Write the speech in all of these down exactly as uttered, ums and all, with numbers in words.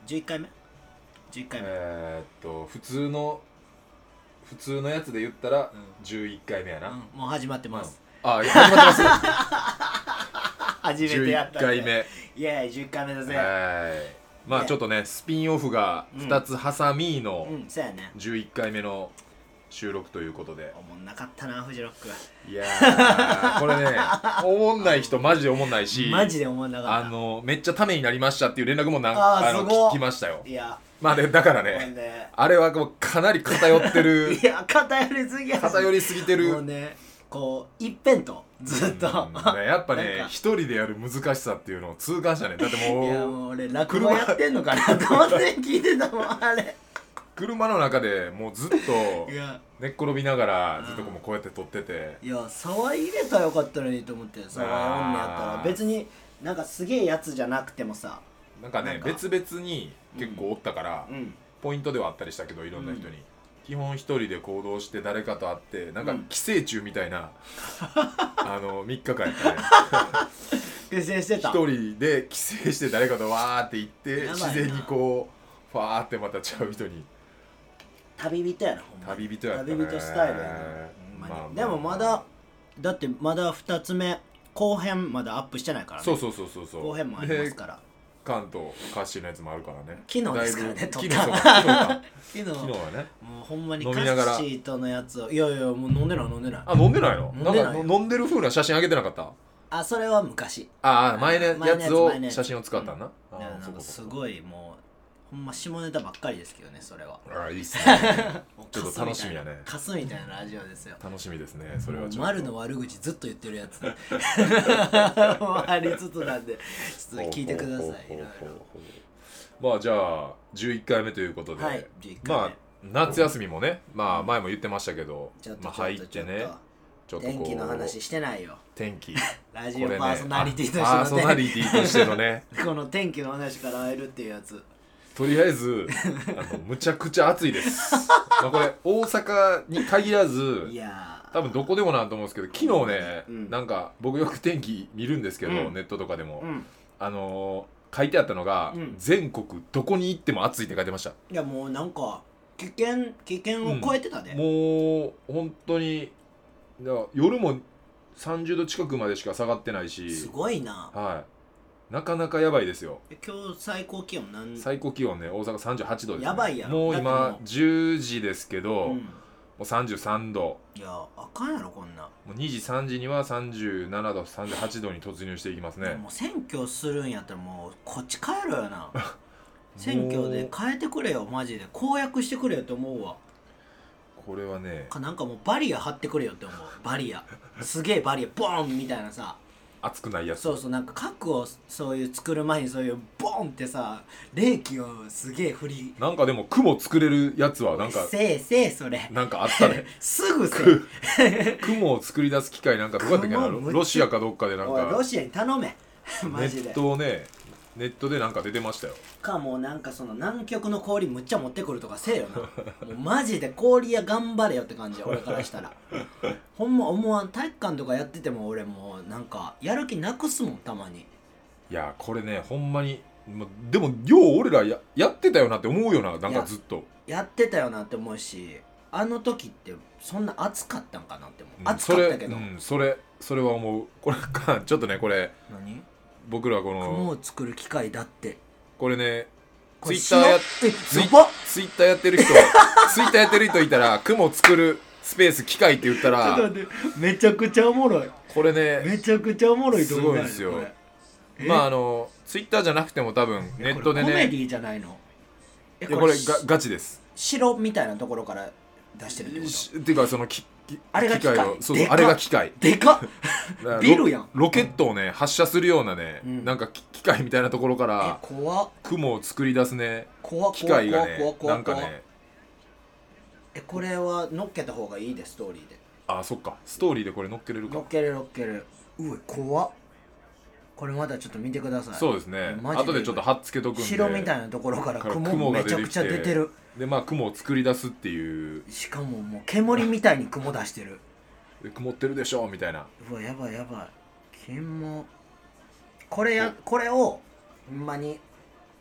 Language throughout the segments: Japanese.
じゅういっかいめじゅういっかいめえー、っと普通の普通のやつで言ったら、うん、じゅういっかいめやな、うん、 もう始まってます、 うん、あ始まってます初めてやったんでじゅういっかいめいやいやじゅういっかいめだぜ。 はいまあちょっとねスピンオフがふたつ挟みのじゅういっかいめの収録ということで、 おもんなかったなフジロック。 いやーこれねおもんない人マジでおもんないしマジでおもんなかった。 あのめっちゃためになりましたっていう連絡もなんああの聞きましたよ。 いやまあねだからね、ね、あれはもうかなり偏ってるいや偏りすぎや偏りすぎてるもうねこう一辺とずっと、 うんね、やっぱね一人でやる難しさっていうのを痛感したね。だってもういやもう俺落語やってんのかなと思って聞いてたもんあれ車の中でもうずっと寝っ転びながらずっとこうこうやって撮ってて、 いや沢入れたらよかったのにと思って沢入んねやったら別になんかすげえやつじゃなくてもさなんかねなんか別々に結構おったから、うん、ポイントではあったりしたけどいろんな人に、うん、基本一人で行動して誰かと会ってなんか寄生虫みたいな、うん、あのみっかかんやったね寄生してた一人で寄生して誰かとわーって行って自然にこうファーってまたちゃう人に旅人やなほんま旅人やったね旅人スタイルやな、まあまあ、でもまだだってまだふたつめ後編まだアップしてないからね。 そうそうそうそうそう後編もありますから関東カッシーのやつもあるからね。 昨日ですからね撮った昨日昨日か昨日昨日はねもうほんまにカッシーとのやつをいやいやもう飲んでない飲んでないあ飲んでないのなんか飲んでる風な写真あげてなかった。 あそれは昔ああ前のやつを写真を使ったんな、うん、 あなんかすごいもうほんま下ネタばっかりですけどねそれは。 ああいいっすねちょっと楽しみやね。 カスみたいなラジオですよ。 楽しみですねそれはちょっと。 丸の悪口ずっと言ってるやつもありつつなんでちょっと聞いてください。 まあじゃあじゅういっかいめということで、はい、まあ夏休みもねまあ前も言ってましたけど、まあ入ってねちょっと天気の話してないよ。 天気ラジオパーソナリティとしての、 ね、パーソナリティとしてのねこの天気の話から会えるっていうやつ。 とりあえずあのむちゃくちゃ暑いですまあこれ大阪に限らずいや多分どこでもなんと思うんですけど昨日ね、うん、なんか僕よく天気見るんですけど、うん、ネットとかでも、うん、あのー、書いてあったのが、うん、全国どこに行っても暑いって書いてました。 いやもうなんか危険危険を超えてたね、 うん、もう本当にだから夜もさんじゅうど近くまでしか下がってないしすごいな。 はいなかなかやばいですよ。 今日最高気温何？ 最高気温ね大阪さんじゅうはちどです、ね、 やばいやろ。 もう今じゅうじですけど、うん、もうさんじゅうさんど。 いやあかんやろこんな。 もうにじさんじにはさんじゅうななどさんじゅうはちどに突入していきますね。 もう選挙するんやったらもうこっち帰るよな選挙で変えてくれよマジで公約してくれよって思うわ。 これはねかなんかもうバリア張ってくれよって思う。バリアすげえバリアボーンみたいなさ熱くないやつ。 そうそうなんか核をそういう作る前にそういうボンってさ冷気をすげえ振りなんかでも雲作れるやつはなんかせえせえそれなんかあったねすぐせえ雲を作り出す機械なんかどうやったっけなロシアかどっかでなんかロシアに頼めマジでネットをねネットでなんか出てましたよ。 かもうなんかその南極の氷むっちゃ持ってくるとかせえよなもうマジで氷屋頑張れよって感じ俺からしたらほんま思わん。体育館とかやってても俺もうなんかやる気なくすもんたまに。 いやこれねほんまにでもよう俺ら や, やってたよなって思うよな。なんかずっとや, やってたよなって思うしあの時ってそんな暑かったんかなって思う、うん、暑かったけど、 うん、それそれは思う。これかちょっとねこれ何僕らこの雲を作る機械だってこれねツイッターやツイツイッターやってる人ツイッターやってる人いたら雲を作るスペース機械って言ったらちょっと待ってめちゃくちゃおもろい。 これねめちゃくちゃおもろいすごいんですよ。まああのツイッターじゃなくても多分ネットでねコメディじゃないの。 えこれこれがガチです。 城みたいなところから出してるってこと。 っていうかそのきあれが機械をそうそうあれが機械でかっビルやん。 ロケットをね発射するようなね、うん、なんか機械みたいなところから雲を作り出すね機械がねなんかねえこれは乗っけた方がいいでストーリーで。 あそっかストーリーでこれ乗っけれるか。 乗っける乗っける。うわ怖っ。これまだちょっと見てください。 そうですね後でちょっと貼っつけとくんで城みたいなところから雲めちゃくちゃ出てる。 でまあ雲を作り出すっていうしかももう煙みたいに雲出してるで曇ってるでしょみたいな。 うわやばいやばい金もこれやこれをほんまに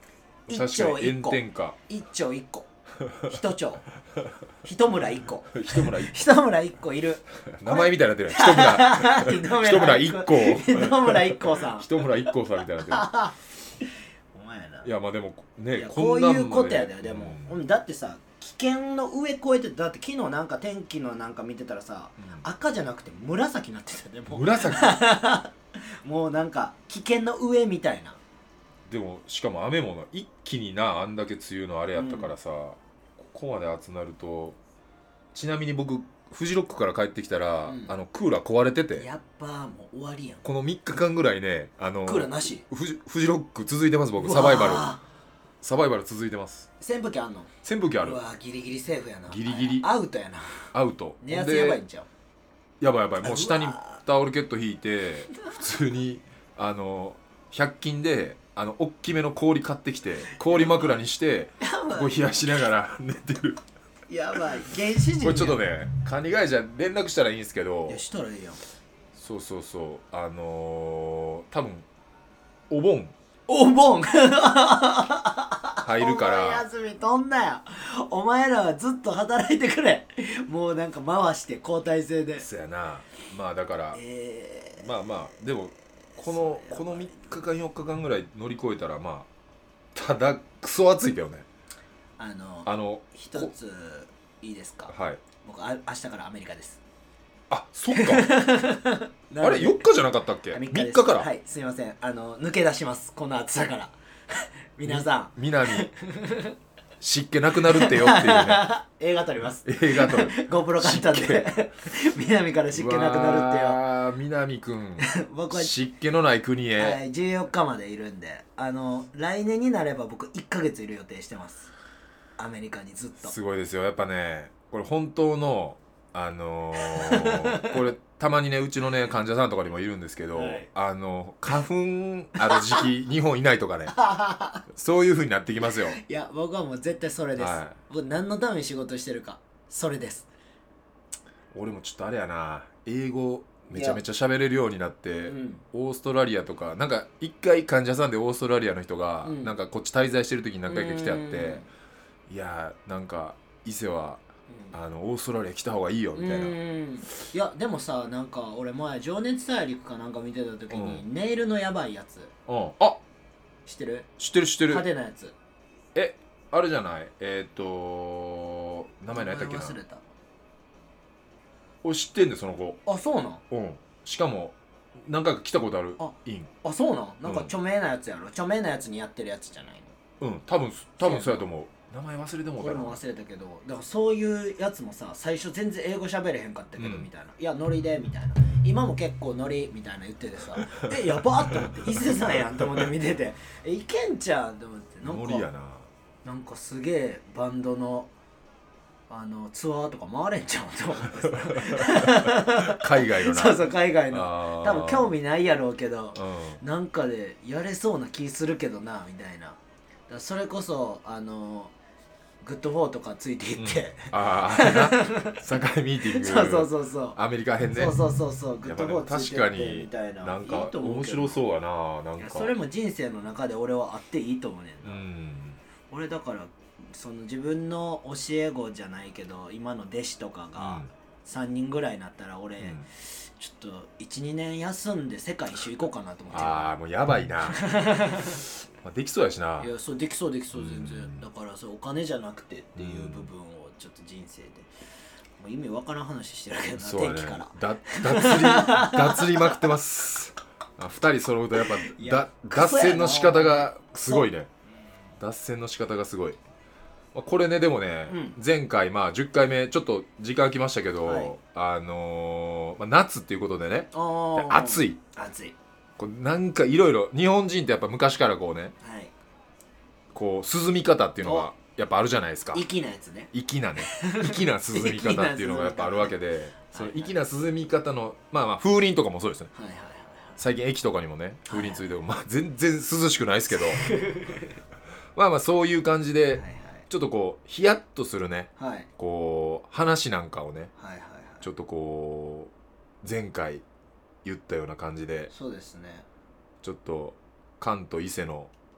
一確かに炎丁一個天下一丁一個一丁一村一個一村一一村一個いる名前みたいになってる一村一一村一個一村一個さん一村一個さんみたいになってるお前やないやまあでもねこういうことやで、 ね、 でも、 うん、 だってさ危険の上越えてだって昨日なんか天気のなんか見てたらさ、うん、赤じゃなくて紫になってたでも紫もうなんか危険の上みたいな。 でもしかも雨も一気になあんだけ梅雨のあれやったからさ、うん、ここまで集まるとちなみに僕フジロックから帰ってきたら、うん、あのクーラー壊れててやっぱもう終わりやん。 このみっかかんぐらいねあのクーラーなしフジ、フジロック続いてます僕サバイバルサバイバル続いてます。 扇風機あんの？ 扇風機ある。 うわギリギリセーフやな。 ギリギリアウトやな。 アウト寝汗やばいんちゃう？ やばいやばいもう下にタオルケット引いて普通にあのひゃく均であの大きめの氷買ってきて氷枕にしてここ冷やしながら寝てるやばい原始人。 これちょっとね管理会社連絡したらいいんですけど。 いやしたらいいやん。 そうそうそうあのー、多分お盆お盆入るからお前休みとんなよ。お前らはずっと働いてくれ。もうなんか回して交代制で。 そやなまあだから、 えー、 まあまあでもこのこのみっかかんよっかかんぐらい乗り越えたらまあただクソ暑いけどね。 あのあの一ついいですか。 はい僕あ明日からアメリカです。 あそっかあれよっかじゃなかったっけ。みっかから。 はいすいませんあの抜け出しますこの暑さから皆さんみ南湿気なくなるってよっていうね映画撮ります。 映画撮る GoPro 買ったんで南から湿気なくなるってよ。 ああ南くん僕は湿気のない国へ、 はい、じゅうよっかまでいるんであの来年になれば僕いっかげついる予定してます。アメリカにずっと。 すごいですよやっぱねこれ本当のあのー、これたまにねうちのね患者さんとかにもいるんですけど、はい、あの花粉ある時期日本いないとかねそういう風になってきますよ。 いや僕はもう絶対それです、はい、僕何のために仕事してるかそれです。 俺もちょっとあれやな英語めちゃめちゃ喋れるようになって、うん、オーストラリアとかなんか一回患者さんでオーストラリアの人が、うん、なんかこっち滞在してる時に何回か来てあっていやなんか伊勢はあのオーストラリア来た方がいいよみたいな。 うんいやでもさなんか俺前情熱大陸かなんか見てた時に、うん、ネイルのやばいやつ、 うん、あ知ってる知ってる知ってる派手なやつえあれじゃないえっ、ー、と名前何やったっけな忘れた俺知ってんでその子。 あそうなんうんしかも何回か来たことある。 あインあそうなんなんか著名なやつやろ、うん、著名なやつにやってるやつじゃないの。うん多分多分そうやと思う。名前忘れてもうたな。 俺も忘れたけどだからそういうやつもさ最初全然英語喋れへんかったけど、うん、みたいないやノリでみたいな今も結構ノリみたいな言っててさえやばっと思って伊勢さんやんと思って見ててえいけんちゃんと思ってなんかノリやななんかすげえバンドのあのツアーとか回れんちゃうと思ってさ海外のなそうそう海外の多分興味ないやろうけど、うん、なんかでやれそうな気するけどなみたいな。だそれこそあのグッドフォーとかついていって、 うん、ああな境ミーティングそうそうそうそうアメリカ編ねそうそうそうそうグッドフォーついてってみたいななんかいい面白そうやななんかそれも人生の中で俺はあっていいと思うねんな、 うん、 俺だからその自分の教え子じゃないけど今の弟子とかがさんにんぐらいになったら俺、うん、ちょっと いちにねん休んで世界一周行こうかなと思ってる。 ああもうやばいなできそうやしな。 いやそうできそうできそう全然、うん、だからそうお金じゃなくてっていう部分をちょっと人生で、うん、意味わからん話してるけどな、 そう、ね、 天気からだ脱り脱りまくってますあふたり揃うとやっぱだ脱線の仕方がすごいね。脱線の仕方がすごい。これねでもね、うん、前回まあじゅっかいめちょっと時間空きましたけど、はい、あのーまあ、夏っていうことでね暑い暑いこうなんかいろいろ日本人ってやっぱ昔からこうね、はい、こう涼み方っていうのがやっぱあるじゃないですか。 粋なやつね粋なね粋な涼み方っていうのがやっぱあるわけでその粋な涼み方のまあまあ風鈴とかもそうですね、はいはいはいはい、最近駅とかにもね風鈴ついても、はいはい、まあ全然涼しくないですけどまあまあそういう感じで、はいはい、ちょっとこうヒヤッとするね、はい、こう話なんかをね、はいはいはい、ちょっとこう前回言ったような感じでそうですねちょっと関と伊勢の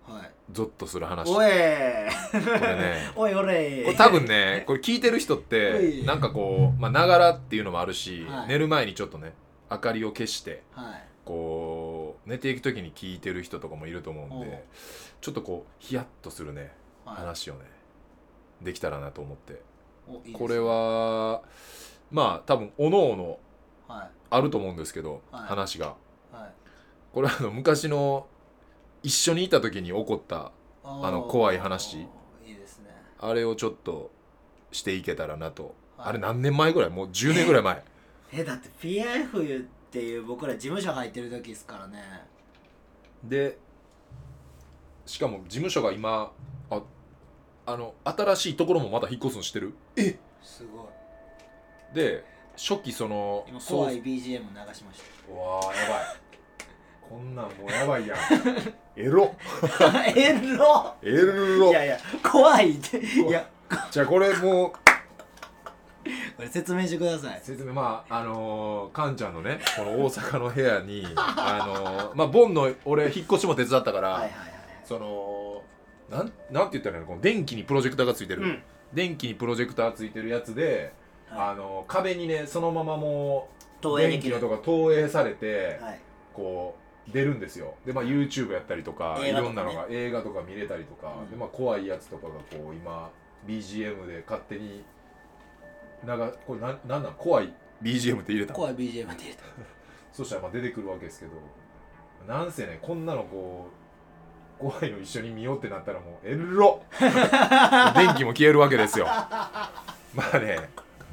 ゾッとする話。 おいこれねおいおれこれ多分ねこれ聞いてる人ってなんかこうまあながらっていうのもあるし、 はい、 寝る前にちょっとね明かりを消して、 はい、 こう寝ていく時に聞いてる人とかもいると思うんで、ちょっとこうヒヤッとするね、はい、話をねできたらなと思って。 おいいですね、 これはまあ多分おのおのあると思うんですけど、はい、話が、はい、これはあの昔の一緒にいた時に起こったあの怖い話、 いいですね、 あれをちょっとしていけたらなと、はい、あれ何年前ぐらいもうじゅうねんぐらい前えだって ピーアイエフ っていう僕ら事務所入ってる時ですからね。 でしかも事務所が今ああの新しいところもまた引っ越すの知ってる？ えすごい。 で初期その今怖い ビージーエム 流しました。 うわーやばいこんなんもうやばいやんエロエロエロいやいや怖いっていやじゃあこれもうこれ説明してください。 説明まああのー、カンちゃんのねこの大阪の部屋にあのー、まあボンの俺引っ越しも手伝ったから、はいはいはい、そのなんなんて言ったらいいのこの電気にプロジェクターがついてる、うん、電気にプロジェクターついてるやつで、はい、あのー、壁にねそのままもう電気のとか投影されて、はい、こう出るんですよ。でまあ YouTube やったりとか、ね、いろんなのが映画とか見れたりとか、うん、でまあ怖いやつとかがこう今 ビージーエム で勝手になんかこれななんなん怖い ビージーエム って入れた怖い ビージーエム って入れたそしたらまあ出てくるわけですけど、なんせねこんなのこう怖いの一緒に見ようってなったらもうエロ電気も消えるわけですよまあね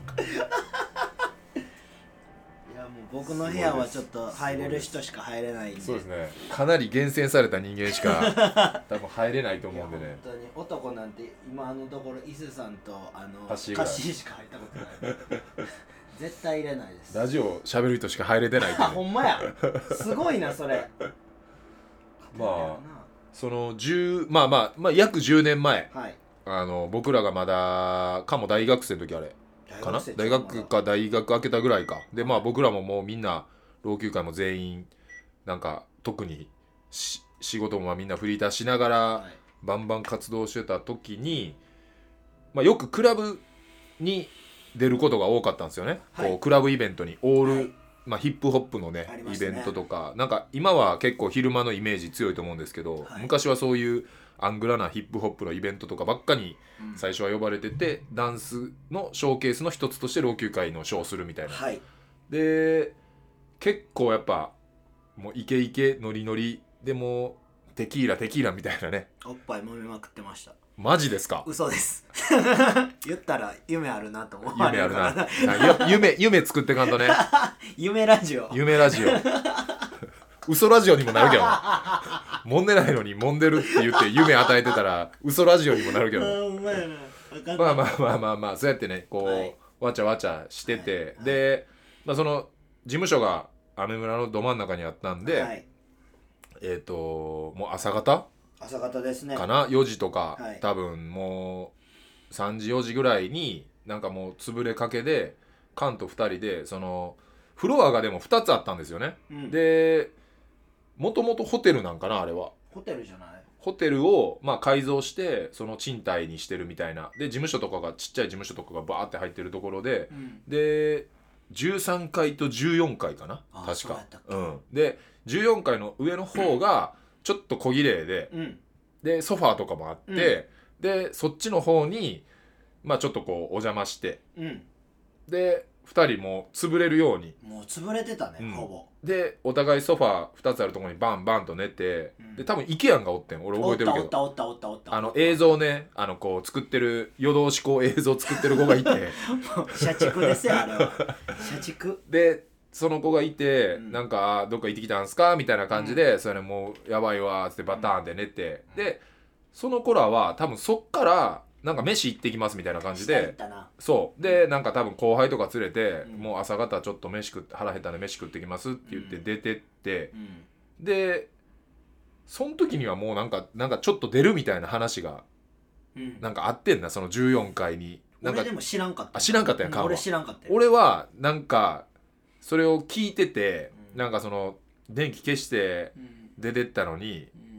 いやもう僕の部屋はちょっと入れる人しか入れないんで。 そうですねかなり厳選された人間しか多分入れないと思うんでね。 本当に男なんて今のところ伊勢さんとあのカッシーしか入ったことない絶対入れないです。 ラジオ喋る人しか入れてないって、ね、 ほんまやすごいなそれまあそのじゅうまあまあまあ約じゅうねんまえ、はい、あの僕らがまだかも大学生の時あれかな大学か大学開けたぐらいかで、まあ僕らももうみんな老朽化も全員なんか特にし仕事もまあみんなフリーターしながらバンバン活動してた時に、まあ、よくクラブに出ることが多かったんですよね、はい、こうクラブイベントにオール、はいまあ、ヒップホップの ね, ねイベントとかなんか今は結構昼間のイメージ強いと思うんですけど、はい、昔はそういうアングラなヒップホップのイベントとかばっかに最初は呼ばれてて、うん、ダンスのショーケースの一つとして老朽会のショーをするみたいな、はい、で結構やっぱもうイケイケノリノリでもテキーラテキーラみたいなねおっぱい揉めまくってました。 マジですか？ 嘘です言ったら夢あるなと思われるからな。 夢あるな夢夢作ってかんとね夢ラジオ夢ラジオ嘘ラジオにもなるけど揉んでないのに揉んでるって言って夢与えてたら嘘ラジオにもなるけどまあまあまあまあまあそうやってねこう、はい、わちゃわちゃしてて、はい、で、まあ、その事務所がアメ村のど真ん中にあったんで、はい、えっ、ー、ともう朝方朝方ですねかなよじとか、はい、多分もうさんじよじぐらいになんかもう潰れかけでカンとふたりでそのフロアがでもふたつあったんですよね、うん、でもともとホテルなんかなあれはホテルじゃないホテルをまあ改造してその賃貸にしてるみたいなで事務所とかがちっちゃい事務所とかがバーって入ってるところで、うん、でじゅうさんかいとじゅうよんかいかな確かう、うん、でじゅうよんかいの上の方がちょっと小綺麗で、うん、でソファーとかもあって、うん、でそっちの方にまあちょっとこうお邪魔して、うん、でふたりも潰れるようにもう潰れてたね、うん、ほぼでお互いソファーふたつあるところにバンバンと寝て、うん、で多分イケアンがおってん俺覚えてるけどおったおったおったおったあの映像ねあのこう作ってる夜通しこう映像作ってる子がいて社畜ですよあれは社畜でその子がいて、うん、なんかどっか行ってきたんすかみたいな感じで、うん、それもうやばいわーってバターンで寝て、うん、でその子らは多分そっからなんか飯行ってきますみたいな感じでそうでなんか多分後輩とか連れて、うん、もう朝方ちょっと飯食って腹減ったんで飯食ってきますって言って出てって、うん、でその時にはもうなんかなんかちょっと出るみたいな話が、うん、なんかあってんなそのじゅうよんかいになんか俺でも知らんかったあ知らんかったやんか、 うん、俺知らんかった俺はなんかそれを聞いてて、うん、なんかその電気消して出てったのに、うん、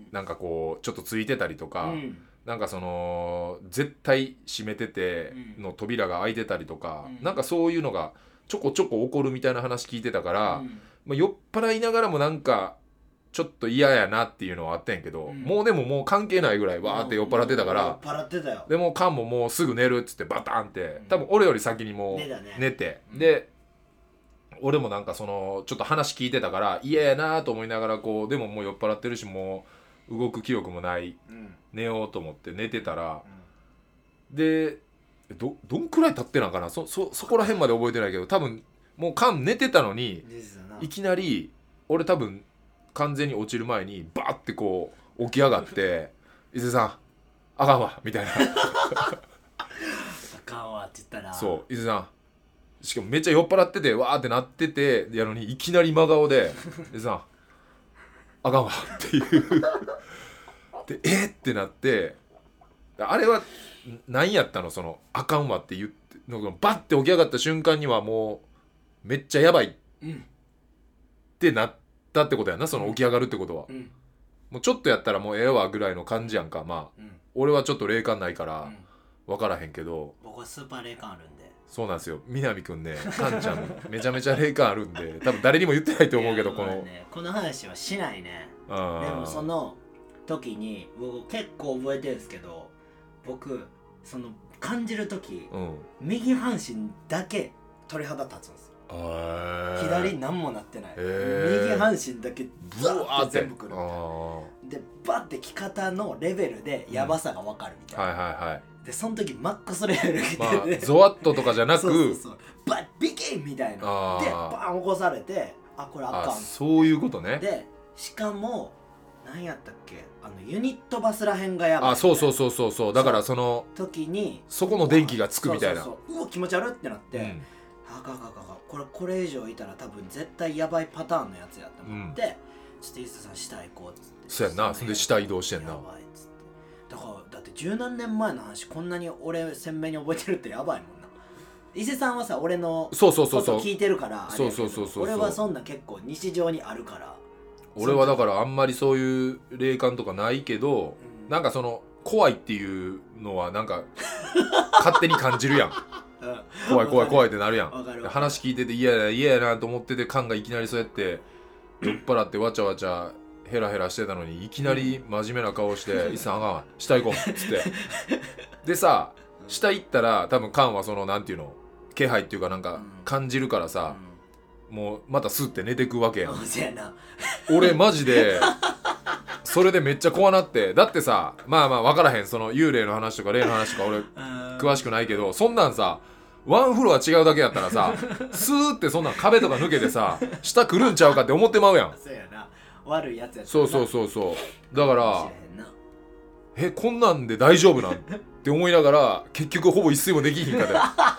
なんかこうちょっとついてたりとか、 うん、なんかその絶対閉めてての扉が開いてたりとか、うん、なんかそういうのがちょこちょこ起こるみたいな話聞いてたから、うん、まあ、酔っ払いながらもなんかちょっと嫌やなっていうのはあったんやけど、うん、もうでももう関係ないぐらいわーって酔っ払ってたから、 酔っ払ってたよ。 でもカンももうすぐ寝るっつってバタンって、多分俺より先にもう寝て、 うん、 で俺もなんかそのちょっと話聞いてたから嫌やなと思いながらこうでももう酔っ払ってるしもう動く気力もない、うん、寝ようと思って寝てたら、うん、で ど, どんくらい経ってなんかな そ, そ, そこら辺まで覚えてないけど多分もうカン寝てたのにいきなり俺多分完全に落ちる前にバーってこう起き上がって「伊勢さんあかんわ」みたいなあかんわって言ったらそう伊勢さんしかもめっちゃ酔っ払っててわーってなっててやのにいきなり真顔で「伊勢さんあかんわ」っていうでえー、ってなってあれは何やったのそのあかんわって言ってのバッて起き上がった瞬間にはもうめっちゃやばいってなったってことやなその起き上がるってことは、うん、もうちょっとやったらもうええわぐらいの感じやんかまあ、うん、俺はちょっと霊感ないから分からへんけど、 うん、僕はスーパー霊感あるんでそうなんですよ南くんねカンちゃんめちゃめちゃ霊感あるんで多分誰にも言ってないと思うけどこの、 ね、この話はしないね。でもその時に僕結構覚えてるんですけど僕その感じる時、うん、右半身だけ鳥肌立つんですよ。左何もなってない、右半身だけザーって全部くるみたいなでバッて着方のレベルでヤバさが分かるみたいな、うんはいはいはい、でその時マックスレベル来てて、まあ、ゾワッととかじゃなくそうそうそうバッビキンみたいなでバン起こされてあこれあかんあそういうことね。 でしかも何やったっけあのユニットバスらへんがやばいあそうそうそうそうそうだからその時にそこの電気がつくみたいなそうそうそううわ気持ち悪ってなって、うん、あかんかんかんこれこれ以上いたら多分絶対やばいパターンのやつやと思って、うん、ちょっと伊勢さん下行こうっつってそうやんなそれで下移動してんなやばいっつってだからだって十何年前の話こんなに俺鮮明に覚えてるってやばいもんな。伊勢さんはさ俺のこと聞いてるからそうそうそうそう俺はそんな結構日常にあるから俺はだからあんまりそういう霊感とかないけど、うん、なんかその怖いっていうのはなんか勝手に感じるやん、うん、怖い怖い怖いってなるやん。話聞いてて嫌や嫌やなと思っててカンがいきなりそうやって酔っ払ってわちゃわちゃヘラヘラしてたのにいきなり真面目な顔して「いっさんあかんわ下行こう」っつってでさ下行ったら多分カンはそのなんていうの気配っていうかなんか感じるからさ、うん、もうまたスッて寝てくわけやん。俺マジでそれでめっちゃ怖なってだってさまあまあ分からへんその幽霊の話とか霊の話とか俺詳しくないけどそんなんさワンフロア違うだけやったらさスーってそんなん壁とか抜けてさ下来るんちゃうかって思ってまうやん。 そうやな悪いやつやったそうそうそうそうだからえこんなんで大丈夫なんって思いながら結局ほぼ一睡もできひんかで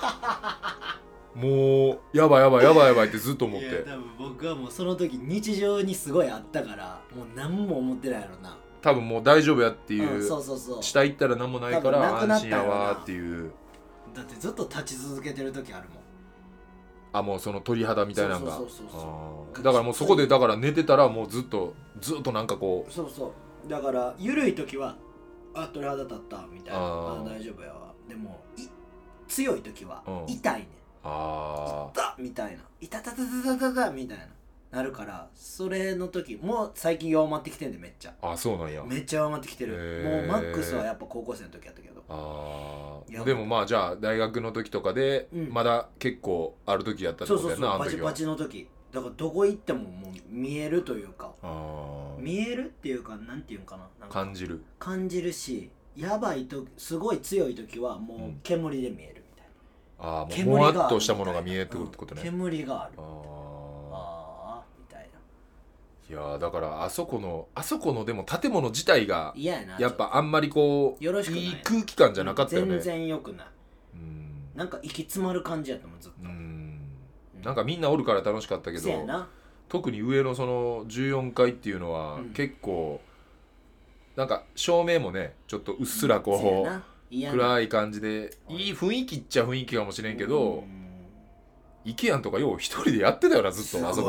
もうやばいやばいやばいやばいってずっと思って。いや多分僕はもうその時日常にすごいあったからもう何も思ってないやろな。 多分もう大丈夫やっていう、 うん、そうそうそう下行ったら何もないから安心やわっていう。 だってずっと立ち続けてる時あるもん。 あもうその鳥肌みたいなのがだからもうそこでだから寝てたらもうずっとずっとなんかこうそうそうだから緩い時はあ鳥肌立ったみたいな あ, あ大丈夫やわ。でもい強い時は痛いね、うん、あ痛っみたいな痛たたたたたたみたいななるからそれの時もう最近弱まってきてんでめっちゃ。 あそうなんやめっちゃ弱まってきてる。もうマックスはやっぱ高校生の時やったけどあでもまあじゃあ大学の時とかでまだ結構ある時やったってことやな、うん、そうそうそうバチバチの時だからどこ行ってももう見えるというかあ見えるっていうかなんていうんかな、なんか感じる感じるしやばいとすごい強い時はもう煙で見えるみたいな、うん、 ああもうもわっとしたものが見えるってことね、 うん、煙があるあいやだからあそこのあそこのでも建物自体がやっぱあんまりこうよろしくないいい空気感じゃなかったよね。 全然良くない。うんなんか息詰まる感じやったもんずっと。うんなんかみんなおるから楽しかったけど特に上のそのじゅうよんかいっていうのは結構、うん、なんか照明もねちょっとうっすらこう暗い感じでいい雰囲気っちゃ雰囲気かもしれんけど、イケアンとかよう一人でやってたよなずっとあそこで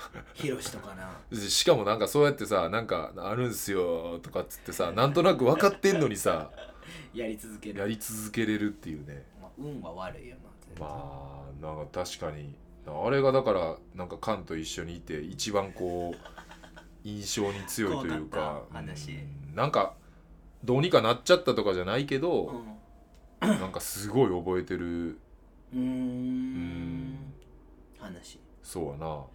ヒロシとかなしかもなんかそうやってさなんかあるんすよとかっつってさなんとなく分かってんのにさやり続けるやり続けれるっていうね、 まあ、運は悪いよなまあなんか確かにあれがだからなんかカンと一緒にいて一番こう印象に強いというか話、 うん、なんかどうにかなっちゃったとかじゃないけど、うん、なんかすごい覚えてるうーんうん話そうやな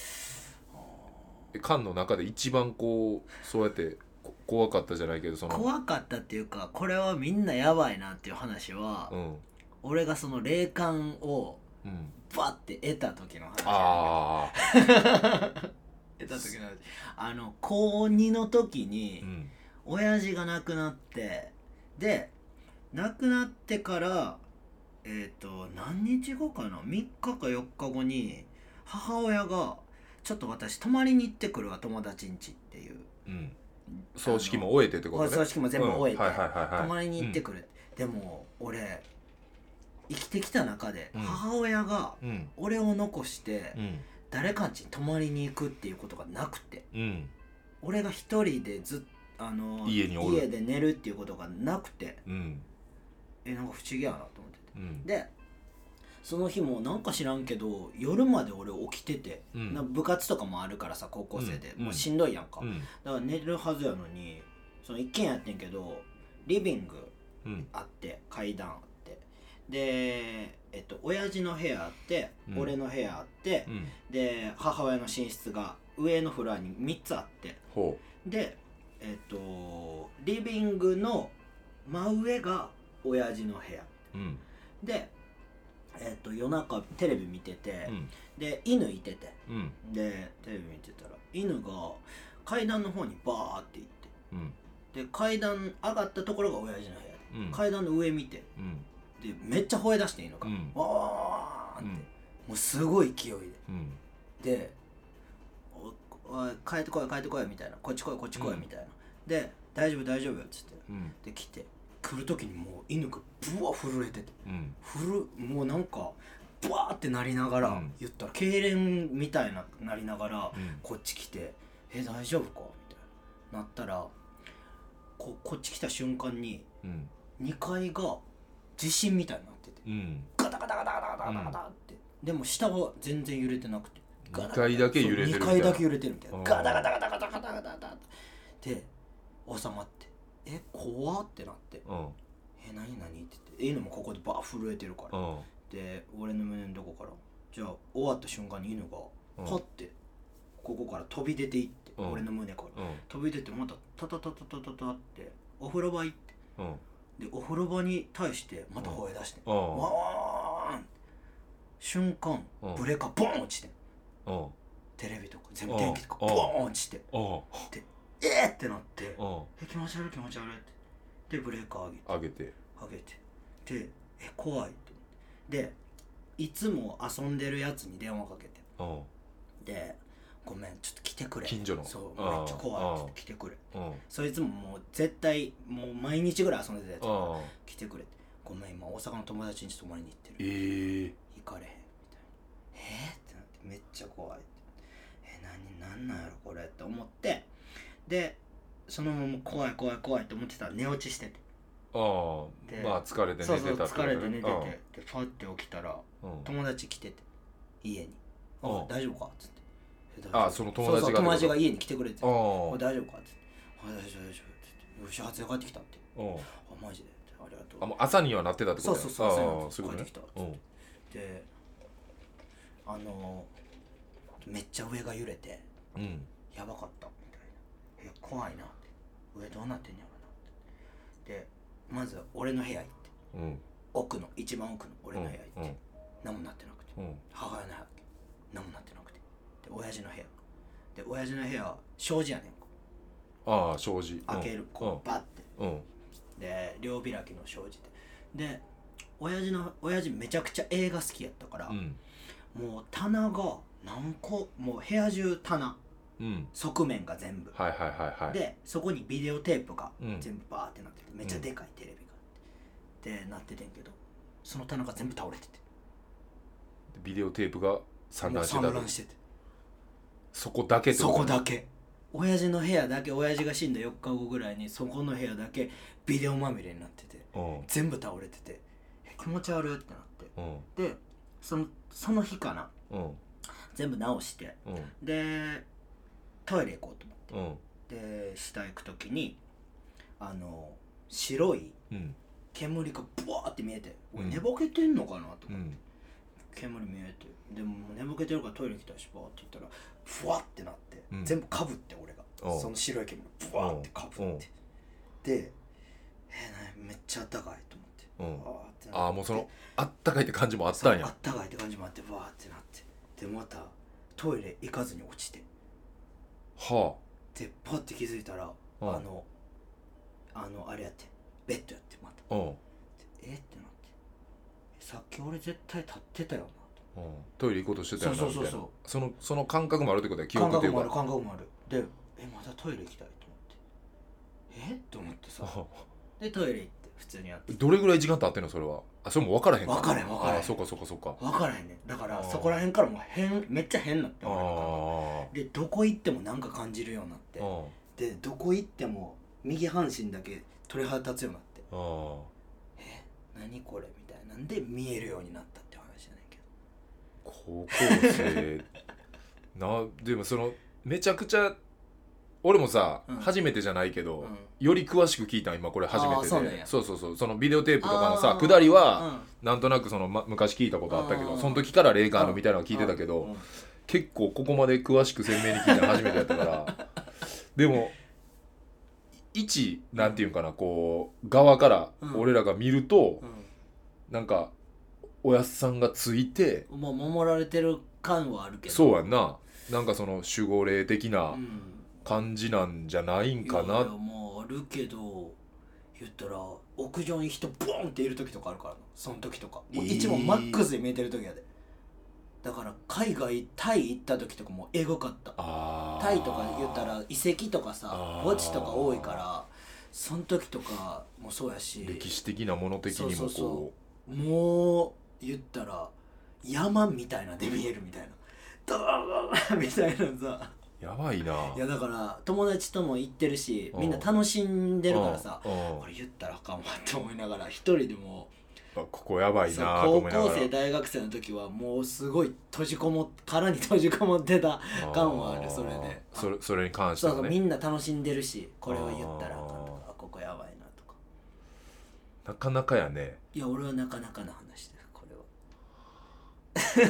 カンの中で一番こうそうやって怖かったじゃないけどその怖かったっていうかこれはみんなやばいなっていう話は、うん、俺がその霊感をバッて得た時の話、うん、あ得た時の話あの高にの時に、うん、親父が亡くなってで亡くなってからえっ、ー、と何日後かなみっかかよっかごに母親がちょっと私泊まりに行ってくるわ友達ん家っていう、うん、 葬式も終えてってことね葬式も全部終えて、うんはいはいはいはい、泊まりに行ってくる、うん、でも俺生きてきた中で母親が俺を残して誰かん家に泊まりに行くっていうことがなくて、うん、俺が一人でずっとあの 家, におる家で寝るっていうことがなくて、うん、えなんか不思議やなと思ってて、うん、でその日もなんか知らんけど夜まで俺起きてて、うん、な部活とかもあるからさ高校生で、うん、もうしんどいやんか、うん、だから寝るはずやのにその一軒家やってんけどリビングあって、うん、階段あってでえっと親父の部屋あって、うん、俺の部屋あって、うん、で母親の寝室が上のフロアにみっつあってでえっとリビングの真上が親父の部屋、うん、でえー、と夜中テレビ見てて、うん、で犬いてて、うん、でテレビ見てたら犬が階段の方にバーって行って、うん、で階段上がったところが親父の部屋で、うん、階段の上見て、うん、でめっちゃ吠え出して犬が、うん、わーって、うん、もうすごい勢いで、うん、でおお帰ってこい帰ってこいみたいなこっち来いこっち来いみたいな、うん、で大丈夫大丈夫っつって、うん、で来て来る時にもう犬がブワー震えてて、うん、震もうなんかブワーってなりながら、うん、言ったら痙攣みたいななりながら、うん、こっち来てえ大丈夫かみたいななったら こ, こっち来た瞬間に、うん、にかいが地震みたいになってて、うん、ガタガタガタガタガタガタガタって、うん、でも下は全然揺れてなくてにかいだけ揺れてるみたいなにかいだけ揺れてるみたいなガタガタガタガタガタガタガタで収まってえ怖ってなって、うん、え何何って言って犬もここでバー震えてるから、うん、で俺の胸のとこからじゃあ終わった瞬間に犬がパッてここから飛び出ていって、うん、俺の胸から、うん、飛び出てまたタタタタタタタってお風呂場行って、うん、でお風呂場に対してまた吠え出して、うん、わーん瞬間、うん、ブレーカーボーン落ちて、うん、テレビとか全部電気とかボーン落ちて、うん、でえーってなって、うん、え気持ち悪い気持ち悪いってでブレーカー上げて上げて上げてでえ怖いってでいつも遊んでるやつに電話かけて、うん、でごめんちょっと来てくれ近所のそうめっちゃ怖いって来てくれ、うん、そいつももう絶対もう毎日ぐらい遊んでたやつから来てくれってごめん今大阪の友達に泊まりに行ってるえー、行かれへんみたいなえーってなってめっちゃ怖いってえ何なんなんやろこれって思ってでそのまま怖い怖い怖いって思ってたら寝落ちしててああまあ疲れて寝てたって、ね、 そうそう疲れて寝ててでパッて起きたら、うん、友達来てて家に「あ大丈夫か?」っつってあその友達がそうそう友達が家に来てくれて「あ大丈夫か?」っつって「あ大丈夫大丈夫」っつって「よし初夜帰ってきた」って「あマジでありがとう」 あもう朝にはなってたってことそうそうそう朝には帰ってきたっつってであのめっちゃ上が揺れて、うん、やばかったみたいなえ怖いなって上どうなってんやろなってでまず俺の部屋行って、うん、奥の一番奥の俺の部屋行って、うん、何もなってなくて、うん、母親の部屋何もなってなくてで親父の部屋で親父の部屋障子やねんああ障子開ける、うん、こうバッて、うん、で両開きの障子でで親父の親父めちゃくちゃ映画好きやったから、うん、もう棚が何個もう部屋中棚うん、側面が全部、 はいはいはいはい、 でそこにビデオテープが全部バーってなってて、うん、めっちゃでかいテレビがあって、うん、でなっててんけどその棚が全部倒れててビデオテープが散乱してた散乱しててそこだけってことそこだけ親父の部屋だけ親父が死んだよっかごぐらいにそこの部屋だけビデオまみれになってて、うん、全部倒れててえ気持ち悪いってなって、うん、でそのその日かな、うん、全部直して、うん、でトイレ行こうと思って、うん、で下行く時にあの白い煙がブワーって見えて、うん、俺寝ぼけてんのかなと思って、うん、煙見えてでも寝ぼけてるからトイレ来たしバーって言ったらふわってなって、うん、全部かぶって俺がその白い煙ブワーってかぶってでえー、めっちゃあったかいと思って、 うん、ああもうそのあったかいって感じもあったんやあったかいって感じもあってバーってなってでまたトイレ行かずに落ちてはあでパッて気づいたら、うん、あのあのあれやってベッドやってまた、うん、えってなってさっき俺絶対立ってたよなと、うん、トイレ行こうとしてたよなそうそうそうそうそのその感覚もあるってことは記憶っていうか感覚もある感覚もあるでえまたトイレ行きたいと思ってえっと思ってさでトイレ行って普通にやってどれぐらい時間経ってんのそれはあそれも分からへんか分からへん分からへんあそうかそうかそうか分からへんねだからそこら辺からもう変めっちゃ変なって思うでどこ行ってもなんか感じるようになってでどこ行っても右半身だけ鳥肌立つようになってあえ何これみたいなんで見えるようになったって話じゃないけど高校生なでもそのめちゃくちゃ俺もさ、うん、初めてじゃないけど、うん、より詳しく聞いた今これ初めてでそ, うそうそうそうそのビデオテープとかのさ下りは、うん、なんとなくその、ま、昔聞いたことあったけどその時から霊感あるみたいなの聞いてたけど結構ここまで詳しく鮮明に聞いたの初めてやったからでも一なんていうんかなこう側から俺らが見ると、うん、なんかおやっさんがついてもう守られてる感はあるけどそうやんななんかその守護霊的な感じなんじゃないんかな、うん、いやいやもうあるけど言ったら屋上に人ボンっている時とかあるからなその時とか、えー、一番マックスで見えてる時やでだから海外タイ行った時とかもエゴかったタイとか言ったら遺跡とかさ墓地とか多いからその時とかもそうやし歴史的なもの的にもこう、そうそうそうもう言ったら山みたいなで見えるみたいなドーンみたいなさやばいないやだから友達とも行ってるしみんな楽しんでるからさこれ言ったらあかんわって思いながら一人でもここやばいなと思いながら高校生大学生の時はもうすごい閉じこも殻に閉じこもってた感はあるそれでそれ、それに関してはねそうそうみんな楽しんでるしこれを言ったらあかんとかここやばいなとかなかなかやねいや俺はなかなかな話ですこれ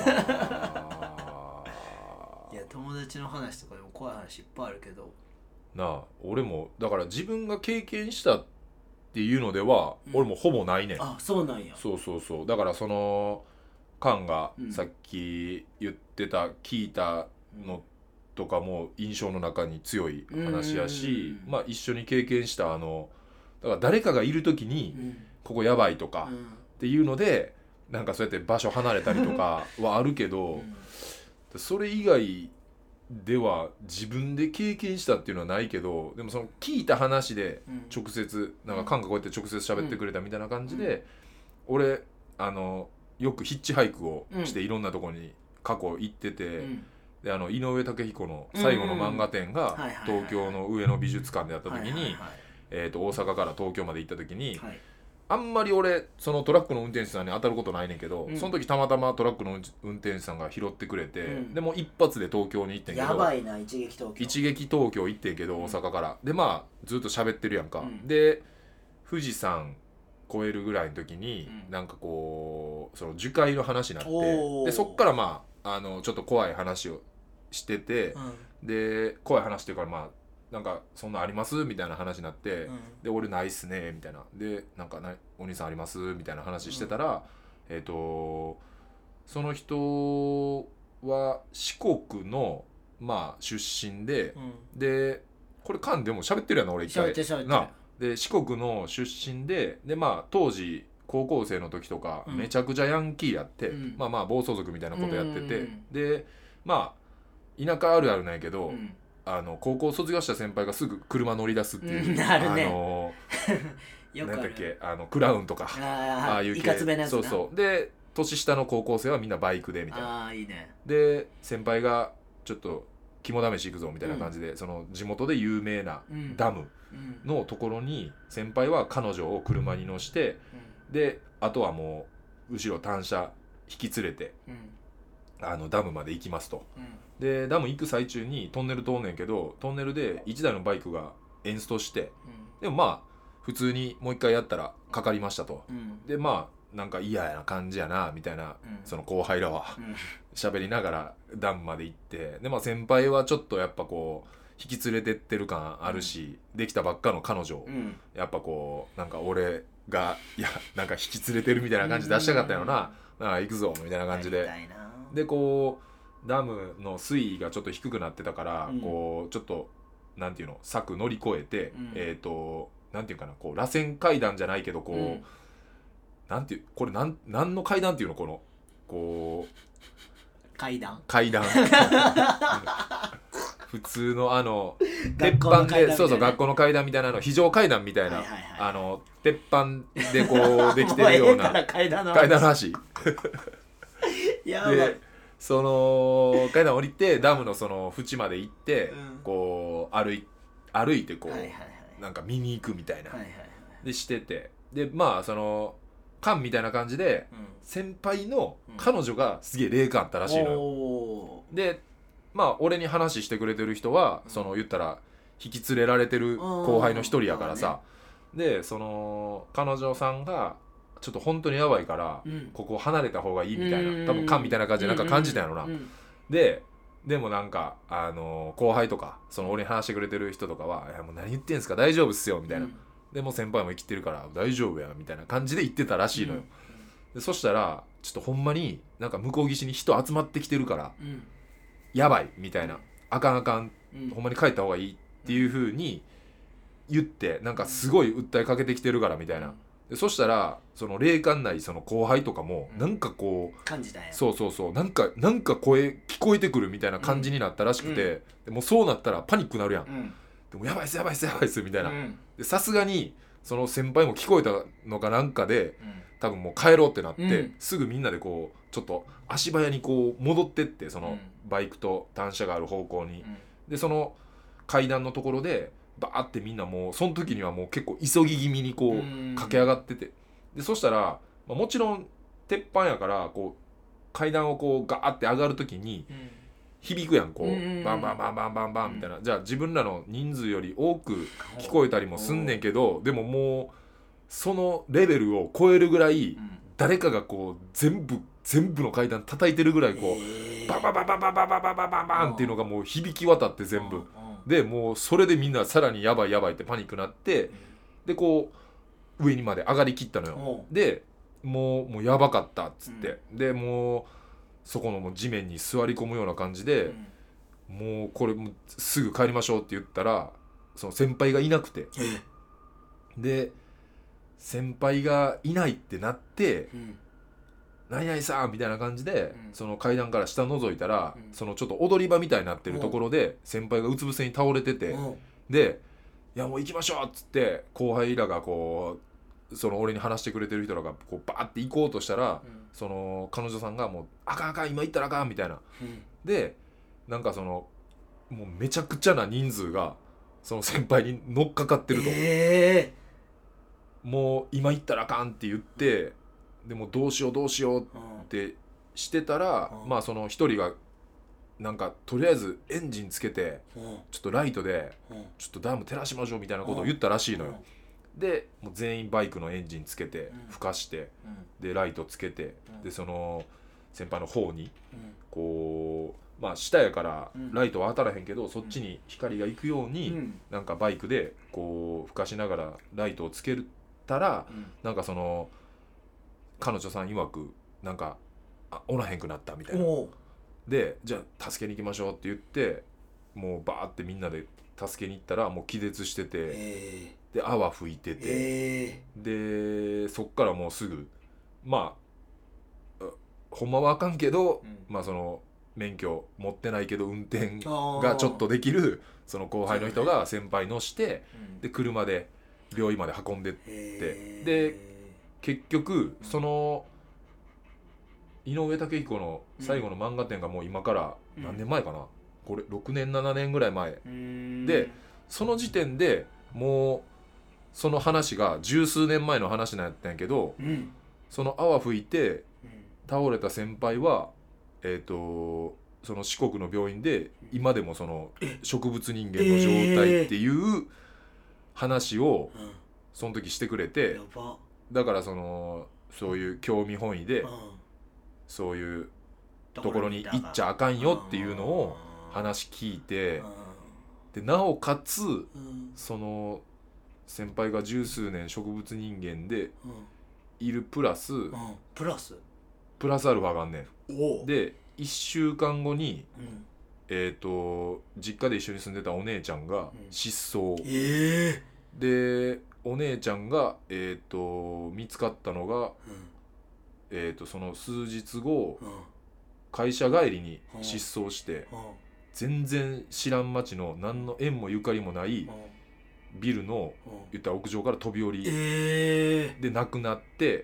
はいや友達の話とかでも怖い話いっぱいあるけどなあ俺もだから自分が経験したっていうのでは、うん、俺もほぼないねんあそうなんやそうそうそうだからそのカンがさっき言ってた、うん、聞いたのとかも印象の中に強い話やし、まあ一緒に経験したあのだから誰かがいる時に、うん、ここやばいとか、うん、っていうのでなんかそうやって場所離れたりとかはあるけど、うん、それ以外では自分で経験したっていうのはないけどでもその聞いた話で直接、うん、なんかカンがこうやって直接喋ってくれたみたいな感じで、うん、俺あのよくヒッチハイクをしていろんなとこに過去行ってて、うん、であの井上武彦の最後の漫画展が東京の上野美術館でやった時にえと大阪から東京まで行った時に、はいあんまり俺そのトラックの運転手さんに当たることないねんけど、うん、その時たまたまトラックの運転手さんが拾ってくれて、うん、でもう一発で東京に行ってんけどやばいな一撃東京一撃東京行ってんけど、うん、大阪からでまあずっと喋ってるやんか、うん、で富士山越えるぐらいの時に、うん、なんかこうその樹海の話になってでそっからまああのちょっと怖い話をしてて、で怖い話っていうかまあなんかそんなありますみたいな話になって、うん、で俺ないっすねみたいなでなんかなお兄さんありますみたいな話してたら、うん、えっ、ー、とその人は四国のまあ出身で、うん、でこれカンでも喋ってるやんな俺一回なで四国の出身ででまあ当時高校生の時とか、うん、めちゃくちゃヤンキーやって、うん、まあまあ暴走族みたいなことやってて、うん、でまあ田舎あるあるなんやけど、うんあの高校卒業した先輩がすぐ車乗り出すっていう、 うん、あるねあのよくあるなんだっけあのクラウンとかああいう系いかつめのやつなそうそうで年下の高校生はみんなバイクでみたいなあいいねで先輩がちょっと肝試し行くぞみたいな感じで、うん、その地元で有名なダムのところに先輩は彼女を車に乗して、うん、であとはもう後ろ単車引き連れて、うん、あのダムまで行きますと、うん、でダム行く最中にトンネル通んねんけどトンネルでいちだいのバイクがエンストして、うん、でもまあ普通にもう一回やったらかかりましたと、うん、でまあなんか嫌な感じやなみたいな、うん、その後輩らは喋、うん、りながらダムまで行ってで、まあ、先輩はちょっとやっぱこう引き連れてってる感あるし、うん、できたばっかの彼女、うん、やっぱこうなんか俺がいやなんか引き連れてるみたいな感じ出したかったよな、うん、あ行くぞみたいな感じででこうダムの水位がちょっと低くなってたから、うん、こうちょっとなんていうの柵乗り越えて、うん、えっ、ー、となんていうかなこう螺旋階段じゃないけどこう、うん、なんていうこれなんなんの階段っていうのこのこう階段階段普通のあの鉄板でそうそう学校の階段みたいなの非常階段みたいな、はいはいはい、あの鉄板でこうできてるような階段の話やばいでその階段降りてダムのその縁まで行って、うん、こう歩い歩いてこう、はいはいはい、なんか見に行くみたいな、はいはいはい、でしててでまあその缶みたいな感じで、うん、先輩の彼女がすげえ霊感あったらしいのよ、うん、でまあ俺に話してくれてる人は、うん、その言ったら引き連れられてる後輩の一人やからさ、うん、でその彼女さんがちょっと本当にやばいから、うん、ここ離れた方がいいみたいな多分缶みたいな感じでなんか感じたんやろな、うんうんうん、ででもなんか、あのー、後輩とかその俺に話してくれてる人とかはいやもう何言ってんすか大丈夫っすよみたいな、うん、でも先輩も生きてるから大丈夫やみたいな感じで言ってたらしいのよ、うん、でそしたらちょっとほんまになんか向こう岸に人集まってきてるから、うん、やばいみたいな、うん、あかんあかん、うん、ほんまに帰った方がいいっていう風に言ってなんかすごい訴えかけてきてるからみたいな、でそしたらその霊感ないその後輩とかもなんかこう、うん、 感じたんやそうそうそうなんかなんか声聞こえてくるみたいな感じになったらしくて、うん、でもそうなったらパニックなるやん、うん、でもやばいっすやばいっすやばいっすみたいな、でさすがにその先輩も聞こえたのかなんかで、うん、多分もう帰ろうってなって、うん、すぐみんなでこうちょっと足早にこう戻ってってそのバイクと単車がある方向に、うん、でその階段のところでバーってみんなもうその時にはもう結構急ぎ気味にこう駆け上がってて、でそしたら、まあ、もちろん鉄板やからこう階段をこうガーって上がる時に響くやんこうバンバンバンバンバンバンみたいな、じゃあ自分らの人数より多く聞こえたりもすんねんけど、でももうそのレベルを超えるぐらい誰かがこう全部全部の階段叩いてるぐらいこうバンバンバンバンバンバンバンバンバンバンバンっていうのがもう響き渡って全部でもうそれでみんなさらにやばいやばいってパニックになってでこう上にまで上がりきったのよ。でもう、もうやばかったっつって、うん、でもうそこのもう地面に座り込むような感じで、うん、もうこれもうすぐ帰りましょうって言ったらその先輩がいなくてで先輩がいないってなって、うん、何々さんみたいな感じで、うん、その階段から下覗いたら、うん、そのちょっと踊り場みたいになってるところで先輩がうつ伏せに倒れてて、でいやもう行きましょうっつって後輩らがこうその俺に話してくれてる人らがこうバーって行こうとしたら、うん、その彼女さんがもうあかんあかん今行ったらあかんみたいな、うん、でなんかそのもうめちゃくちゃな人数がその先輩に乗っかかってると、えー、もう今行ったらあかんって言ってでもどうしようどうしようってしてたら、うん、まあその一人がなんかとりあえずエンジンつけて、うん、ちょっとライトで、うん、ちょっとダム照らしましょうみたいなことを言ったらしいのよ、うん、でもう全員バイクのエンジンつけて、ふかして、でライトつけて、でその先輩の方にこうまあ下やからライトは当たらへんけど、そっちに光が行くように、なんかバイクでこうふかしながらライトをつけたら、なんかその彼女さん曰くなんかあおらへんくなったみたいなで、じゃあ助けに行きましょうって言ってもうバーってみんなで助けに行ったらもう気絶してて、えー、で泡吹いてて、えー、でそっからもうすぐまあほんまはあかんけど、うん、まあその免許持ってないけど運転がちょっとできるその後輩の人が先輩乗して、うん、で車で病院まで運んでって、えー、で結局その井上武彦の最後の漫画展がもう今から何年前かな、 これろくねんななねんぐらい前うーんでその時点でもうその話が十数年前の話なんやったんやけど、 うんその泡吹いてうん倒れた先輩はえっ、とその四国の病院で今でもその植物人間の状態っていう話をうんその時してくれて、 やばだからそのそういう興味本位でうんそういうところに行っちゃあかんよっていうのを話聞いて、でなおかつうんその先輩が十数年植物人間でうんいるプラスうんプラスプラスアルファがあんねおんでいっしゅうかんごにうんえー、と実家で一緒に住んでたお姉ちゃんが失踪、 ええでお姉ちゃんが、えー、と見つかったのが、 うんえー、とその数日後うん会社帰りに失踪してうん全然知らん町の何の縁もゆかりもないビルのうん言ったら屋上から飛び降りええで亡くなって、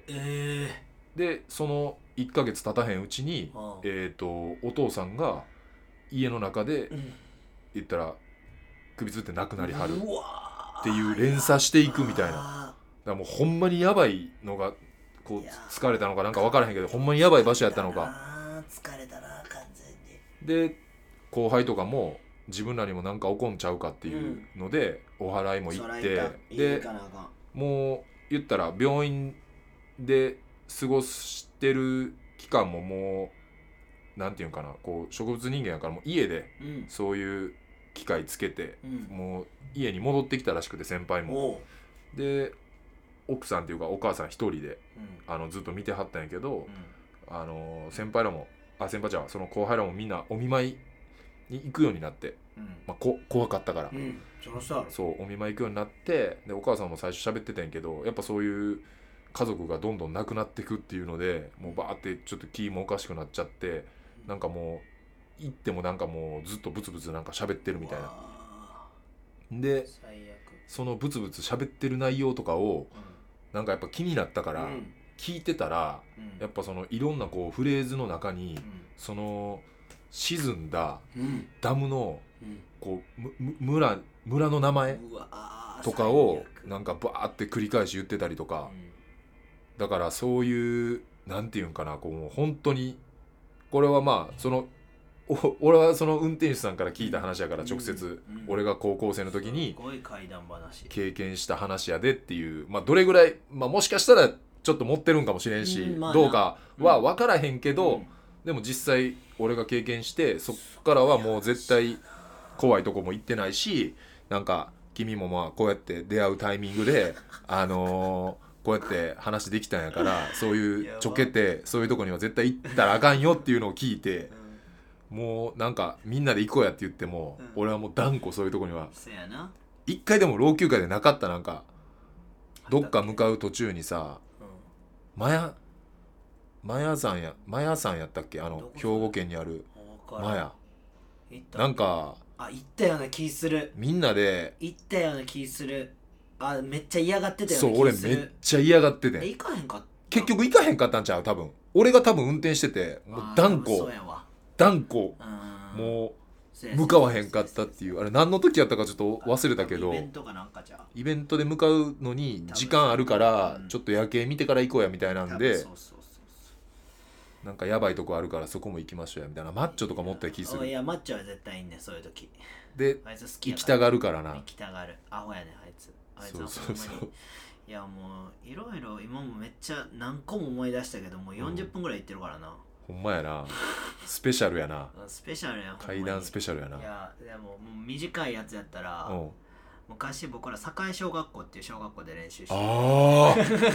ええでそのいっかげつ経たへんうちに、 うんえー、とお父さんが家の中でうん言ったら首つって亡くなりはるっうわーていう連鎖していくみたいな。だかあらもうほんまにやばいのがこういやー疲れたのかなんか分からへんけどほんまにやばい場所やったのかあー疲れたな完全にで後輩とかも自分らにもなんか起こんちゃうかっていうので、お祓いも行ってでかなあかんもう言ったら病院で過ごしてる期間ももうなんていうんかなこう植物人間やからもう家でうんそういう機械つけてうんもう家に戻ってきたらしくて先輩もおうで奥さんっていうかお母さん一人でうんあのずっと見てはったんやけどうんあの先輩らもあ先輩じゃんその後輩らもみんなお見舞いに行くようになって、 うんまあ、こ怖かったから、 うんそのさそうお見舞い行くようになってでお母さんも最初喋ってたんやけどやっぱそういう家族がどんどん亡くなっていくっていうのでもうバーってちょっと気もおかしくなっちゃってなんかもう行ってもなんかもうずっとブツブツなんか喋ってるみたいなわでー最悪そのブツブツ喋ってる内容とかをなんかやっぱ気になったからうん聞いてたらうんやっぱそのいろんなこうフレーズの中にうんその沈んだうんダムのうんこうむむ村村の名前うわーとかを最悪なんかバーって繰り返し言ってたりとかうんだからそういうなんていうんかなこうもう本当にこれはまあそのお俺はその運転手さんから聞いた話やから直接うん俺が高校生の時にすごい怪談話経験した話やでっていうまあどれぐらいまあもしかしたらちょっと持ってるんかもしれんしうんまあなどうかは分からへんけどうんでも実際俺が経験してそっからはもう絶対怖いとこも行ってないしなんか君もまあこうやって出会うタイミングであのーこうやって話できたんやからそういうちょけてそういうとこには絶対行ったらあかんよっていうのを聞いてもうなんかみんなで行こうやって言ってもうん俺はもう断固そういうとこにはせやな一回でも老朽化でなかったなんかどっか向かう途中にさうんマヤマヤ山やマヤ山やったっけあのどこ兵庫県にあるわからんマヤ行ったなんかあ行ったような気するみんなで行ったような気するあめっちゃ嫌がってたようそう俺な気するめっちゃ嫌がってえて行かへんかった結局行かへんかったんちゃう多分俺が多分運転しててもうあー断固そうやわ断固うんもそうやう向かわへんかったっていうあれ何の時やったかちょっと忘れたけどイベントかなんかじゃイベントで向かうのに時間あるからちょっと夜景見てから行こうやみたいなんでそうそうそうなんかやばいとこあるからそこも行きましょうやみたいなマッチョとか持った気するそういやマッチョは絶対いいねそういう時であいつ好きや行きたがるからな行きたがるアホやねあいつあいつはそうそうそうほんまにいやもういろいろ今もめっちゃ何個も思い出したけどもうよんじゅっぷんぐらい行ってるからな、 ほんまやなスペシャルやなスペシャルやん階段スペシャルやないやでももう短いやつやったらうん昔僕ら栄小学校っていう小学校で練習してあ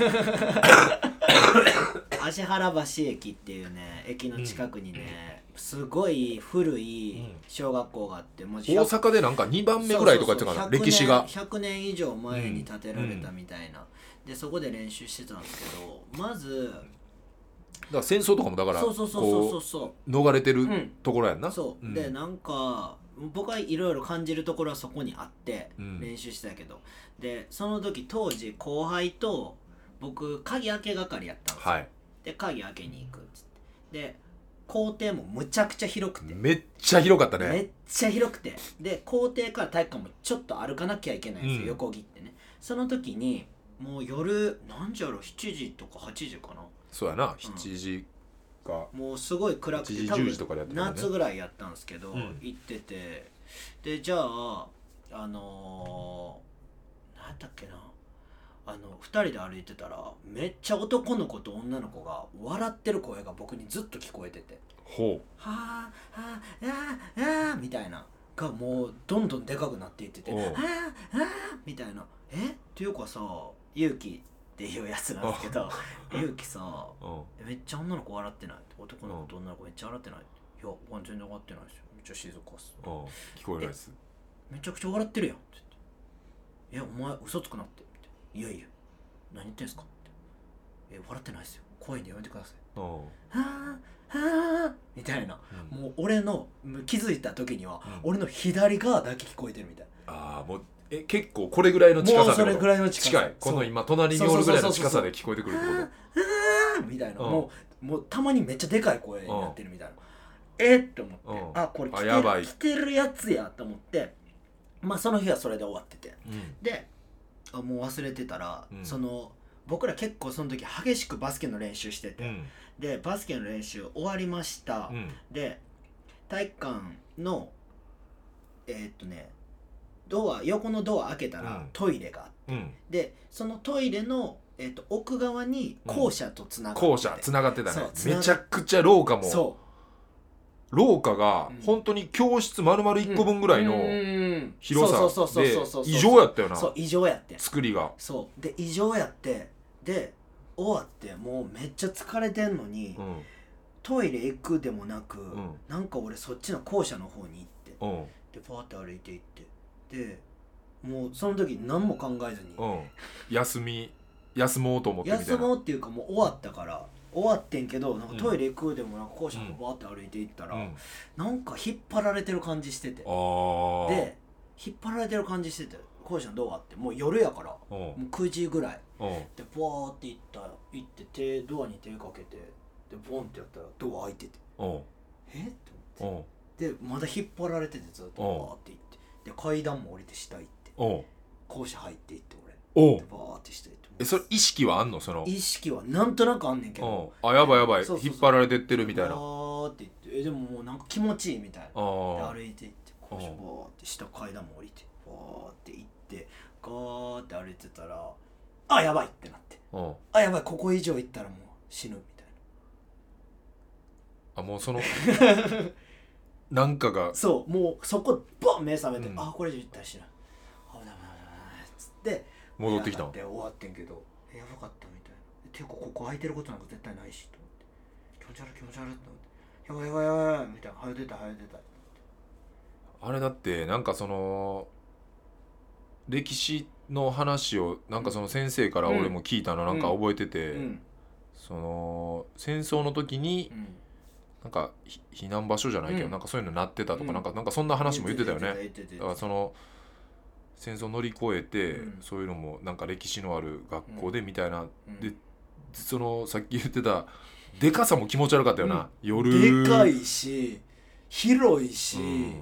芦原橋駅っていうね駅の近くにね、すごい古い小学校があってもう大阪でなんかにばんめぐらいとか言ってたかな歴史がひゃくねん以上前に建てられたみたいな、でそこで練習してたんですけどまずだから戦争とかもだからそうそうそうそうこそうう逃れてるうんところやんなそう、 んでなんか僕はいろいろ感じるところはそこにあってうん練習してたけど、でその時当時後輩と僕鍵開け係やったんですよ、 はいで鍵開けに行くっつってで校庭もむちゃくちゃ広くてめっちゃ広かったね。 めっちゃ広くてで校庭から体育館もちょっと歩かなきゃいけないんですよ、うん、横切ってね。その時にもう夜何時やろしちじとかはちじかな。 そうやな、しちじか、 うん、もうすごい暗くてしちじじゅうじとかでやってた、ね、 夏ぐらいやったんですけど、 うん、 行っててでじゃああのー、何やったっけなあのふたりで歩いてたらめっちゃ男の子と女の子が笑ってる声が僕にずっと聞こえてて、 ほうはあはああああみたいながもうどんどんでかくなっていってて、はあはあみたいな、えっていうかさゆうきっていうやつなんですけどゆうきさめっちゃ女の子笑ってない、男の子と女の子めっちゃ笑ってない、いや全然笑ってないですよ、めっちゃ静かっす、 聞こえないです、 めちゃくちゃ笑ってるやんって言って、いやお前嘘つくなって、いやいや何言ってんすかって、え笑ってないですよ、怖いんでやめてください、はあはあみたいな、うん、もう俺の気づいた時には、うん、俺の左側だけ聞こえてるみたいな、 ああもうえ結構これぐらいの近さで、もうそれぐらいの近さ、 近い、この今隣におるぐらいの近さで聞こえてくるってこと、 はあみたいな、うん、もうもうたまにめっちゃでかい声になってるみたいな、えっと思って、うん、あこれ来てる来てるやつやと思って、まあその日はそれで終わってて、うん、であもう忘れてたら、うん、その僕ら結構その時激しくバスケの練習してて、うん、でバスケの練習終わりました、うん、で体育館のえー、っとねドア横のドア開けたらトイレがあって、うん、でそのトイレの、えー、っと奥側に校舎とつながってて、 校舎つながってたね、めちゃくちゃ廊下もそう廊下が本当に教室丸々いっこぶんぐらいの広さで異常やったよな。 そう異常やって作りがそうで異常やってで終わってもうめっちゃ疲れてんのに、うん、トイレ行くでもなく、うん、なんか俺そっちの校舎の方に行って、うん、でパーって歩いて行ってでもうその時何も考えずに、 うん、休み休もうと思ってみたいな、 休もうっていうかもう終わったから終わってんけどなんかトイレ行くでもなんか校舎の方バーって歩いて行ったら、うん、なんか引っ張られてる感じしてて、で引っ張られてる感じしてて校舎のドアってもう夜やからもうくじぐらいでバーって行った行って手ドアに手かけてでボンってやったらドア開いててえっと思ってでまだ引っ張られててずっとバーって行ってで階段も降りて下行って校舎入って行って俺でバーって下行ってえそれ意識はあんのその意識はなんとなくあんねんけどあやばいやばい引っ張られてってるみたいなバーって言ってえでももうなんか気持ちいいみたいなで歩いて行って校舎バーって下階段も降りてバーって行ってガーって歩いてたらあやばいってなってあやばいここ以上行ったらもう死ぬみたいなあもうそのなんかがそうもうそこバン目覚めて、うん、あこれ以上行ったら死ぬあ危ない危ない危ないっつって戻ってきたので終わってんけどやばかったみたいなていうかここ空いてることなんか絶対ないしと思って気持ち悪い気持ち悪いと思ってやばいやばいやばいみたいな早出た早出たあれだってなんかその歴史の話をなんかその先生から俺も聞いたのなんか覚えてて、うんうん、その戦争の時に、うん、なんか避難場所じゃないけど、うん、なんかそういうのなってたとか、うん、なんかなんかそんな話も言ってたよね。だからその戦争乗り越えて、うん、そういうのもなんか歴史のある学校でみたいな、うん、でそのさっき言ってたでかさも気持ち悪かったよな、うん、夜でかいし広いし、うん、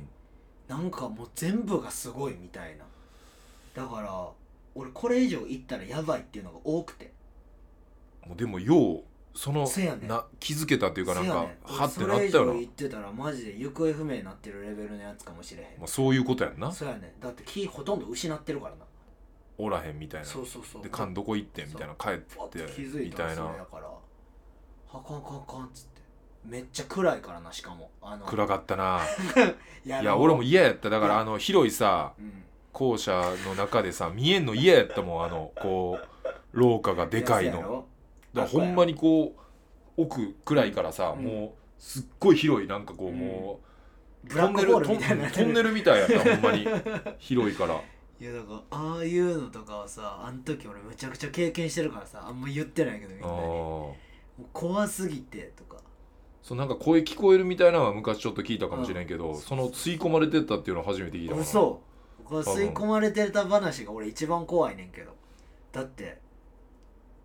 なんかもう全部がすごいみたいなだから俺これ以上行ったらやばいっていうのが多くてもうでもようそのせやねな気づけたっていうかなんか、ね、はってなったよな。 それ以上行ってたらマジで行方不明になってるレベルのやつかもしれへん、 まあ、そういうことやんな。 そうやねだって気ほとんど失ってるからなおらへんみたいな。 そうそうそうで缶どこ行ってみたいな帰って気づいたらそれやからはかんかんかんっつってめっちゃ暗いからなしかもあの暗かったないや俺も嫌やっただからあの広いさ、うん、校舎の中でさ見えんの嫌やったもんあのこう廊下がでかいのだからほんまにこう奥暗いからさ、うん、もうすっごい広いなんかこう、うん、もうブラックホールみたいなトンネルみたいやったほんまに広いからいやだからああいうのとかはさあの時俺めちゃくちゃ経験してるからさあんま言ってないけどみんなにもう怖すぎてとかそうなんか声聞こえるみたいなのは昔ちょっと聞いたかもしれんけど、うん、その吸い込まれてったっていうのは初めて聞いたからそうこれ吸い込まれてた話が俺一番怖いねんけどだって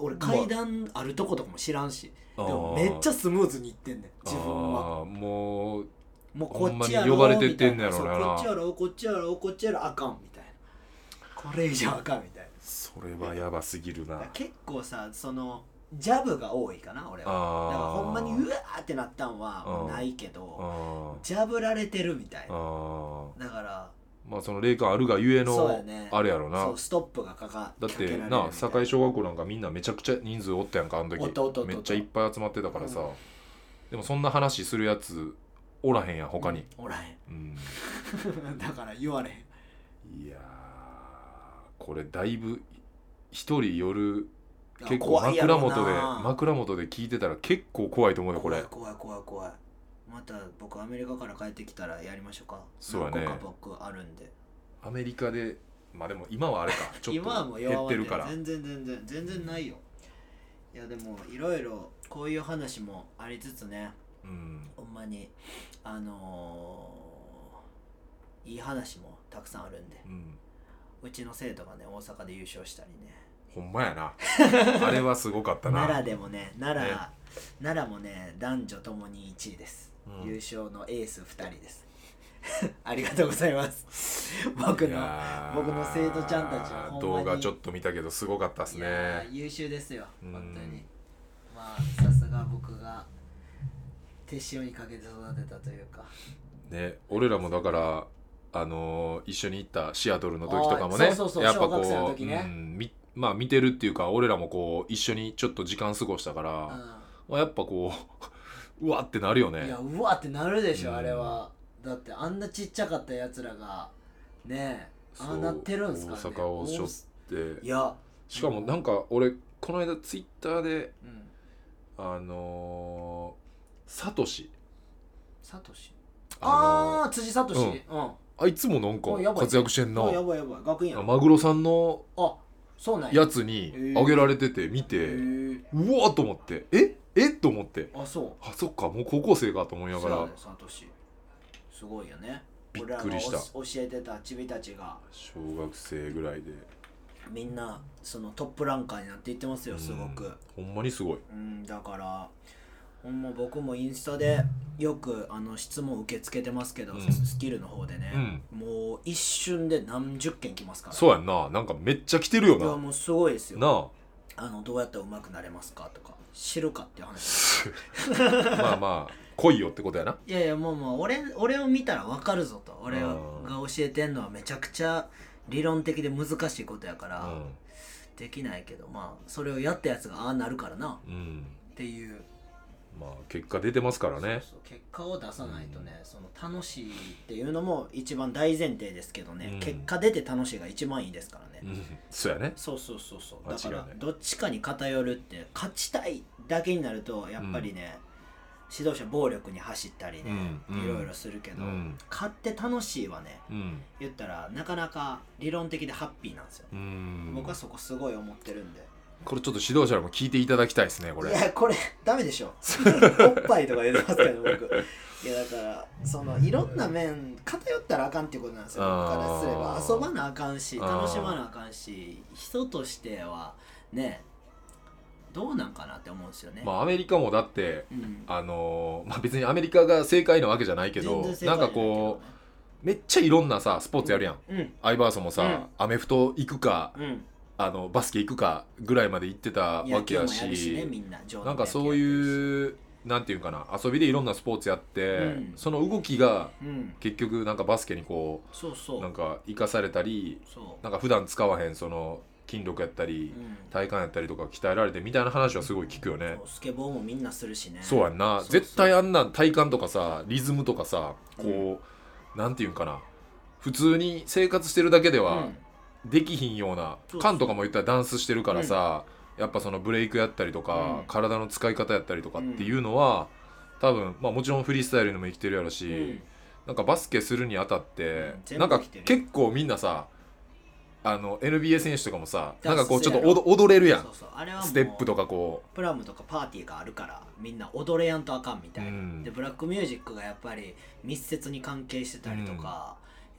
俺階段あるとことかも知らんし、でもめっちゃスムーズにいってんねん自分は。 あもうもうこっちやろほんまに呼ばれてってんねやろな。 そうこっちやろこっちやろこっちやろあかんみたいな、これ以上あかんみたいな。 それはやばすぎるな。 結構さそのジャブが多いかな俺は。だからほんまにうわーってなったんはないけど、ジャブられてるみたいな。だからまあその霊感あるがゆえの、 ね、 あれやろな。 そうストップがかかだってな堺小学校なんかみんなめちゃくちゃ人数おったやんかあの時。めっちゃいっぱい集まってたからさ、うん、でもそんな話するやつおらへんやん他に、 うん、おらへん、 うん、 だから言われへん。いやこれだいぶ一人夜結構枕元で枕元で聞いてたら結構怖いと思うよこれ。 怖い怖い怖い。また僕アメリカから帰ってきたらやりましょうか。 そうやね。 何個か僕あるんで。 アメリカでまあでも今はあれかちょっと減ってるから。 全然全然全然ないよ。いやでもいろいろこういう話もありつつね、うん、ほんまにあのー、いい話もたくさんあるんで、うん、うちの生徒がね大阪で優勝したりね。 ほんまやなあれはすごかったな。 奈良でもね奈良、ね、奈良もね男女ともにいちいです、うん、優勝のエースふたりですありがとうございます僕の僕の生徒ちゃんたちはほんまに動画ちょっと見たけどすごかったですね。 優秀ですよ本当に。まあさすが僕が手塩にかけて育てたというかね。俺らもだからあのー、一緒に行ったシアトルの時とかもね、 そうそうそうやっぱこう、 小学生の時ね、 うんみまあ見てるっていうか俺らもこう一緒にちょっと時間過ごしたから、うんまあ、やっぱこううわってなるよね。 いやうわってなるでしょ、うん、あれは。だってあんなちっちゃかったやつらがねえああなってるんすかね。 大阪を背負っていやしかもなんか俺この間ツイッターで、うん、あのー、サトシサトシああ辻サトシ、 うん、あいつもなんか活躍してんな。 やばいやばい学院やマグロさんのあそうなんやつにあげられてて見て、うわーと思ってええと思って、 あそうあそっかもう高校生かと思いながら。 そうだねサトシすごいよね。 びっくりした。 教えてたチビたちが小学生ぐらいでみんなそのトップランカーになっていってますよすごく。 ほんまにすごい。 うんだからほんま僕もインスタでよくあの質問受け付けてますけど、うん、スキルの方でね、うん、もう一瞬で何十件来ますから、ね、 そうやんな。なんかめっちゃ来てるよな。 いやもうすごいですよなあ。あのどうやったら上手くなれますかとか知るかっていう話まあまあ来いよってことやな。 いやいやもうもう 俺, 俺を見たら分かるぞと。俺が教えてんのはめちゃくちゃ理論的で難しいことやから、うん、できないけどまあそれをやったやつがああなるからな、うん、っていうまあ結果出てますからね。そうそう結果を出さないとね、うん、その楽しいっていうのも一番大前提ですけどね、うん、結果出て楽しいが一番いいですからね、うん、 そうやね。 そうそうそうそうだからどっちかに偏るって勝ちたいだけになるとやっぱりね、うん、指導者暴力に走ったりね、うん、いろいろするけど、うん、勝って楽しいはね、うん、言ったらなかなか理論的でハッピーなんですよ、うん、僕はそこすごい思ってるんで。 これちょっと指導者にも聞いていただきたいですねこれ。 いやこれダメでしょおっぱいとか言ってますけど僕いやだからそのいろんな面偏ったらあかんっていうことなんですよ。僕からすれば遊ばなあかんし楽しまなあかんし人としてはねどうなんかなって思うんですよね。 まあアメリカもだって、うん、あのー、まあ別にアメリカが正解なわけじゃないけど、なんかこうめっちゃいろんなさスポーツやるやん、うんうん、アイバーソンもさ、うん、アメフト行くか、うんあのバスケ行くかぐらいまで行ってたわけやし、しね、みんななんかそういうなんていうかな遊びでいろんなスポーツやって、うん、その動きが結局なんかバスケにこう、そうそうなんか生かされたりなんか普段使わへんその筋力やったり、うん、体幹やったりとか鍛えられてみたいな話はすごい聞くよね。 スケボーもみんなするしね。 そうやんな。そうそう絶対あんな体幹とかさリズムとかさこう、うん、なんていうんかな普通に生活してるだけでは、うんできひんようなカンとかも言ったらダンスしてるからさ、うん、やっぱそのブレイクやったりとか、うん、体の使い方やったりとかっていうのは、うん、多分、まあ、もちろんフリースタイルにも生きてるやろし、うん、なんかバスケするにあたって、うん、なんか結構みんなさあの エヌビーエー 選手とかもさなんかこうちょっと踊れるやん。そうそうあれはもうステップとかこうプラムとかパーティーがあるからみんな踊れやんとあかんみたいな、うん、でブラックミュージックがやっぱり密接に関係してたりとか、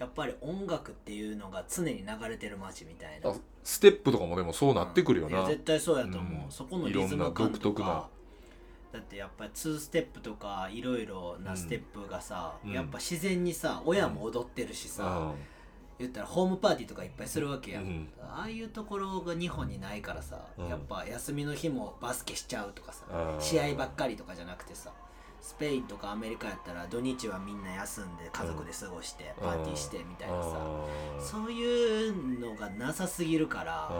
やっぱり音楽っていうのが常に流れてる街みたいな。 ステップとかもでもそうなってくるよな、 うん、絶対そうやと思う、 うん、 そこのリズム感とか。 だってやっぱりツーステップとかいろいろなステップがさ、 うん、 やっぱ自然にさ親も踊ってるしさ、うん、言ったらホームパーティーとかいっぱいするわけや、うん、ああいうところが日本にないからさ、うん、やっぱ休みの日もバスケしちゃうとかさ、うん、試合ばっかりとかじゃなくてさ、スペインとかアメリカやったら土日はみんな休んで家族で過ごしてパーティーしてみたいなさ、うん、そういうのがなさすぎるから、うん、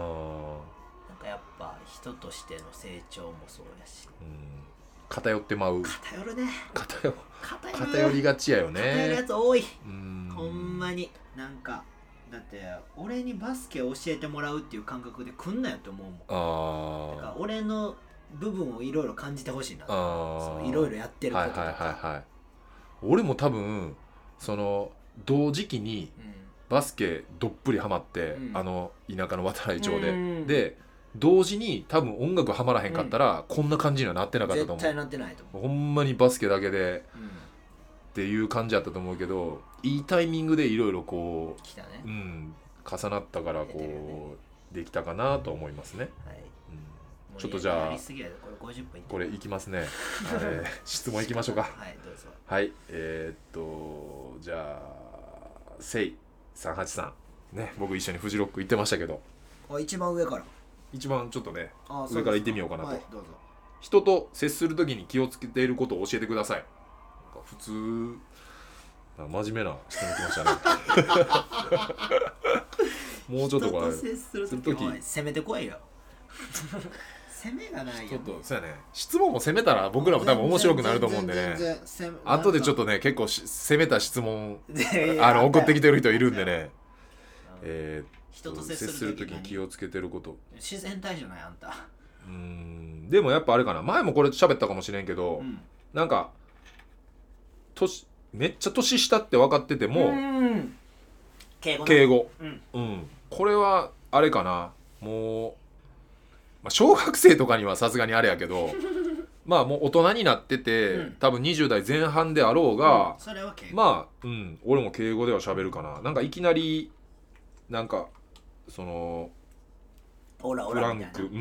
なんかやっぱ人としての成長もそうやし、うん偏ってまう偏るね偏る偏りがちやよね。 偏るやつ多い。うんほんまになんかだって俺にバスケを教えてもらうっていう感覚で来んなよって思うもん。あだから俺の部分をいろいろ感じてほしいな。いろいろやってることとか、はいはいはいはい、 俺も多分その同時期にバスケどっぷりハマって、うん、あの田舎の渡来町で、うん、で同時に多分音楽ハマらへんかったら、うん、こんな感じにはなってなかったと思う。 絶対なってないと思う。ほんまにバスケだけで、うん、っていう感じだったと思うけど、いいタイミングでいろいろこう来たね、 うん、重なったからこう、ね、できたかなと思いますね、はいうん、ちょっとじゃあこれごじゅっぷんこれいきますねあれ質問いきましょうかはいどうぞ。 はいえー、っとじゃあせいさんはちさんね、僕一緒にフジロック行ってましたけど、 あ一番上から一番ちょっとね上から行ってみようかなと、はい、 どうぞ。 人と接するときに気をつけていることを教えてください。なんか普通真面目な質問来ましたねもうちょっとこれ人と接するとき攻めてこいよ攻めがないよ。 ちょっとそうやね、質問も攻めたら僕らも多分面白くなると思うんでね、後でちょっとね結構攻めた質問あの送ってきてる人いるんでねえー人と接するときに気をつけてること、 自然体じゃないあんた。 うーんでもやっぱあれかな、前もこれ喋ったかもしれんけど、うん、なんか年めっちゃ年下って分かっててもうん敬語敬語、うんうん、これはあれかな、もう、まあ、小学生とかにはさすがにあれやけどまあもう大人になってて、うん、多分にじゅう代前半であろうが、 うん、それは敬語、 まあ、うん、俺も敬語では喋るかな。なんかいきなりなんかそのオラオラみたいな、 うん、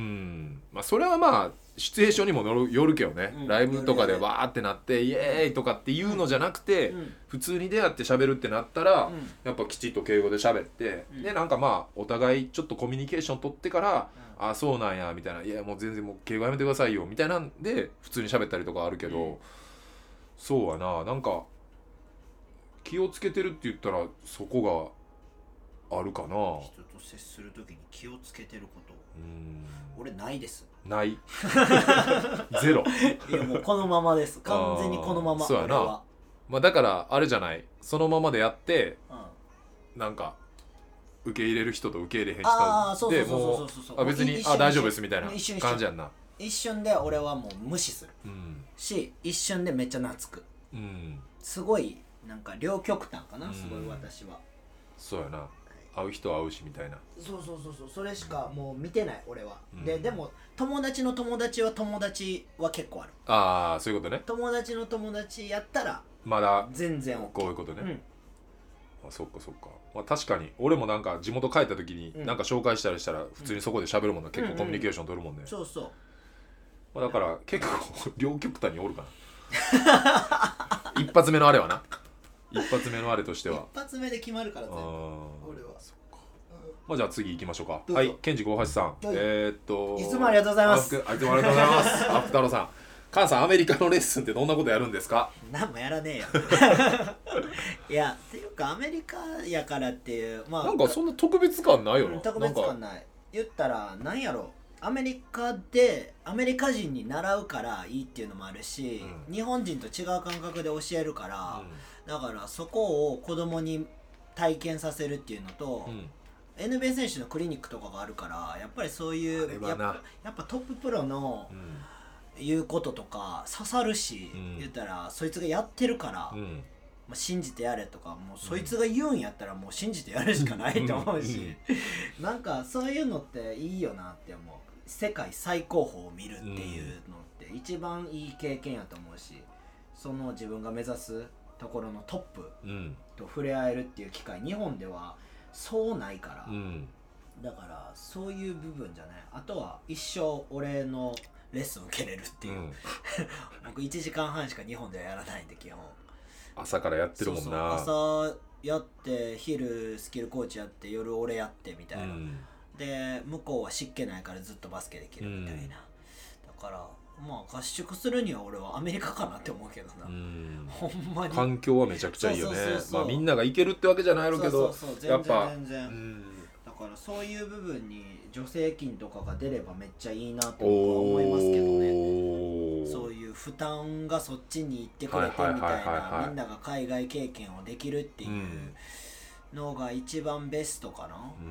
まあそれはまあシチュエーションにもよる、よるけどね、うん、ライブとかでわーってなってイエーイとかっていうのじゃなくて、うん、普通に出会って喋るってなったら、うん、やっぱきちっと敬語で喋って、うん、でなんかまあお互いちょっとコミュニケーション取ってから、うん、あそうなんやみたいな、いやもう全然もう敬語やめてくださいよみたいなんで普通に喋ったりとかあるけど、うん、そうやな、なんか気をつけてるって言ったらそこがあるかな。人と接するときに気をつけてること、うーん俺ないです。 ないゼロいやもうこのままです、完全にこのまま。 そうやな、まあ、だからあれじゃない、そのままでやって、うん、なんか受け入れる人と受け入れへん人でもう別にあ大丈夫ですみたいな感じやんな。 一瞬で俺はもう無視する、うん、し一瞬でめっちゃ懐く、うん、すごいなんか両極端かな、うん、すごい私は。 そうやな、会う人は会うしみたいな。 そうそうそうそう、それしかもう見てない俺は、うん、ででも友達の友達は友達は結構ある。 ああそういうことね。 友達の友達やったらまだ全然こういうことね、うん、あそっかそっか、まあ、確かに俺もなんか地元帰った時になんか紹介したりしたら普通にそこで喋るもんな、うん、結構コミュニケーション取るもんね、うんうん、 そうそう、 まあ、だから結構両極端におるかな一発目のあれはな、一発目のあれとしては一発目で決まるから全部俺は。 そっか、まあ、じゃあ次行きましょうか。はい、ケンジごはちさん、えー、っといつもありがとうございます。 あいつもありがとうございますアップ太郎さん、カンさんアメリカのレッスンってどんなことやるんですか？ 何もやらねえよいやっていうかアメリカやからっていう、まあなんかそんな特別感ないよな、うん、 特別感ない。言ったらなんやろ、アメリカでアメリカ人に習うからいいっていうのもあるし、うん、日本人と違う感覚で教えるから、うん、だからそこを子供に体験させるっていうのと、うん、エヌビーエー 選手のクリニックとかがあるからやっぱりそういうやっぱ、やっぱトッププロの言うこととか刺さるし、うん、言ったらそいつがやってるから、うん、まあ、信じてやれとか、もうそいつが言うんやったらもう信じてやるしかないと思うし、うん、なんかそういうのっていいよなって思う。世界最高峰を見るっていうのって一番いい経験やと思うし、その自分が目指すところのトップうんと触れ合えるっていう機会日本ではそうないから、 うんだからそういう部分じゃない。あとは一生俺のレッスン受けれるっていう、うん、僕いちじかんはんしか日本ではやらないんで基本朝からやってるもんな。 そうそう朝やって昼スキルコーチやって夜俺やってみたいな、うん、で向こうは湿気ないからずっとバスケできるみたいな、うん、だからまあ合宿するには俺はアメリカかなって思うけどな、うん、ほんまに環境はめちゃくちゃいいよね。まあみんなが行けるってわけじゃないのけど、 そうそうそうやっぱ全然、うん、だからそういう部分に助成金とかが出ればめっちゃいいなと僕は思いますけどね。そういう負担がそっちに行ってくれてみたいな、みんなが海外経験をできるっていうのが一番ベストかな。 うん、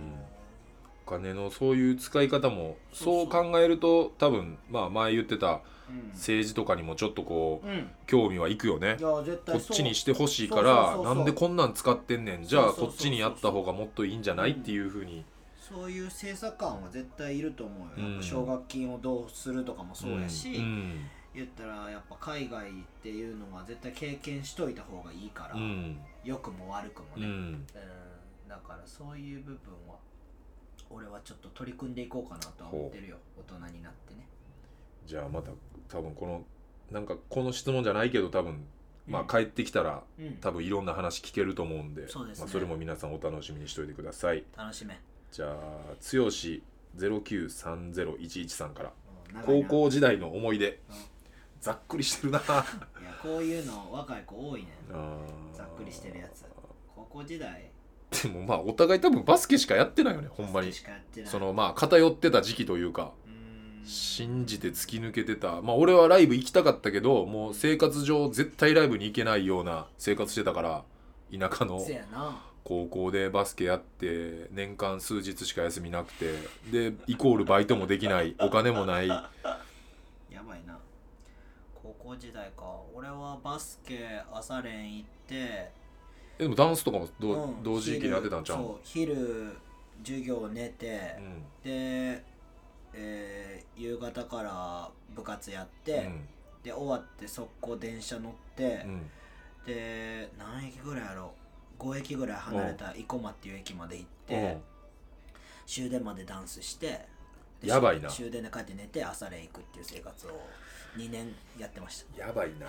お金のそういう使い方もそう考えると多分まあ前言ってた政治とかにもちょっとこう、うん、興味はいくよね。 いや絶対こっちにしてほしいからなんでこんなん使ってんねん、じゃあこっちにやった方がもっといいんじゃないっていう風に、 そういう政策官は絶対いると思うよ、うん、奨学金をどうするとかもそうやし、うんうん、言ったらやっぱ海外っていうのは絶対経験しといた方がいいから、うん、良くも悪くもね、うんうん、だからそういう部分は俺はちょっと取り組んでいこうかなとは思ってるよ、大人になってね。 じゃあまた多分このなんかこの質問じゃないけど多分まあ帰ってきたら、うん、多分いろんな話聞けると思うんで、そうですね、まあ、それも皆さんお楽しみにしておいてください。 楽しめ。 じゃあつよしゼロきゅうさんゼロいちいちさんから高校時代の思い出、うん、ざっくりしてるな。いやこういうの若い子多いねん。ざっくりしてるやつ。高校時代でもまあお互い多分バスケしかやってないよねほんまに。そのまあ偏ってた時期というか信じて突き抜けてた。まあ俺はライブ行きたかったけどもう生活上絶対ライブに行けないような生活してたから、田舎の高校でバスケやって年間数日しか休みなくて、でイコールバイトもできない、お金もない。やばいな。高校時代か。俺はバスケ朝練行って、 でもダンスとかもど、うん、同時期にやってたんちゃう？ そう、昼授業寝て、うん、で、えー、夕方から部活やって、うん、で終わって速攻電車乗って、うん、で何駅ぐらいやろう、ご駅ぐらい離れた生駒っていう駅まで行って、終電までダンスして、 やばいな。 終電で帰って寝て朝練行くっていう生活をにねんやってました。 やばいな。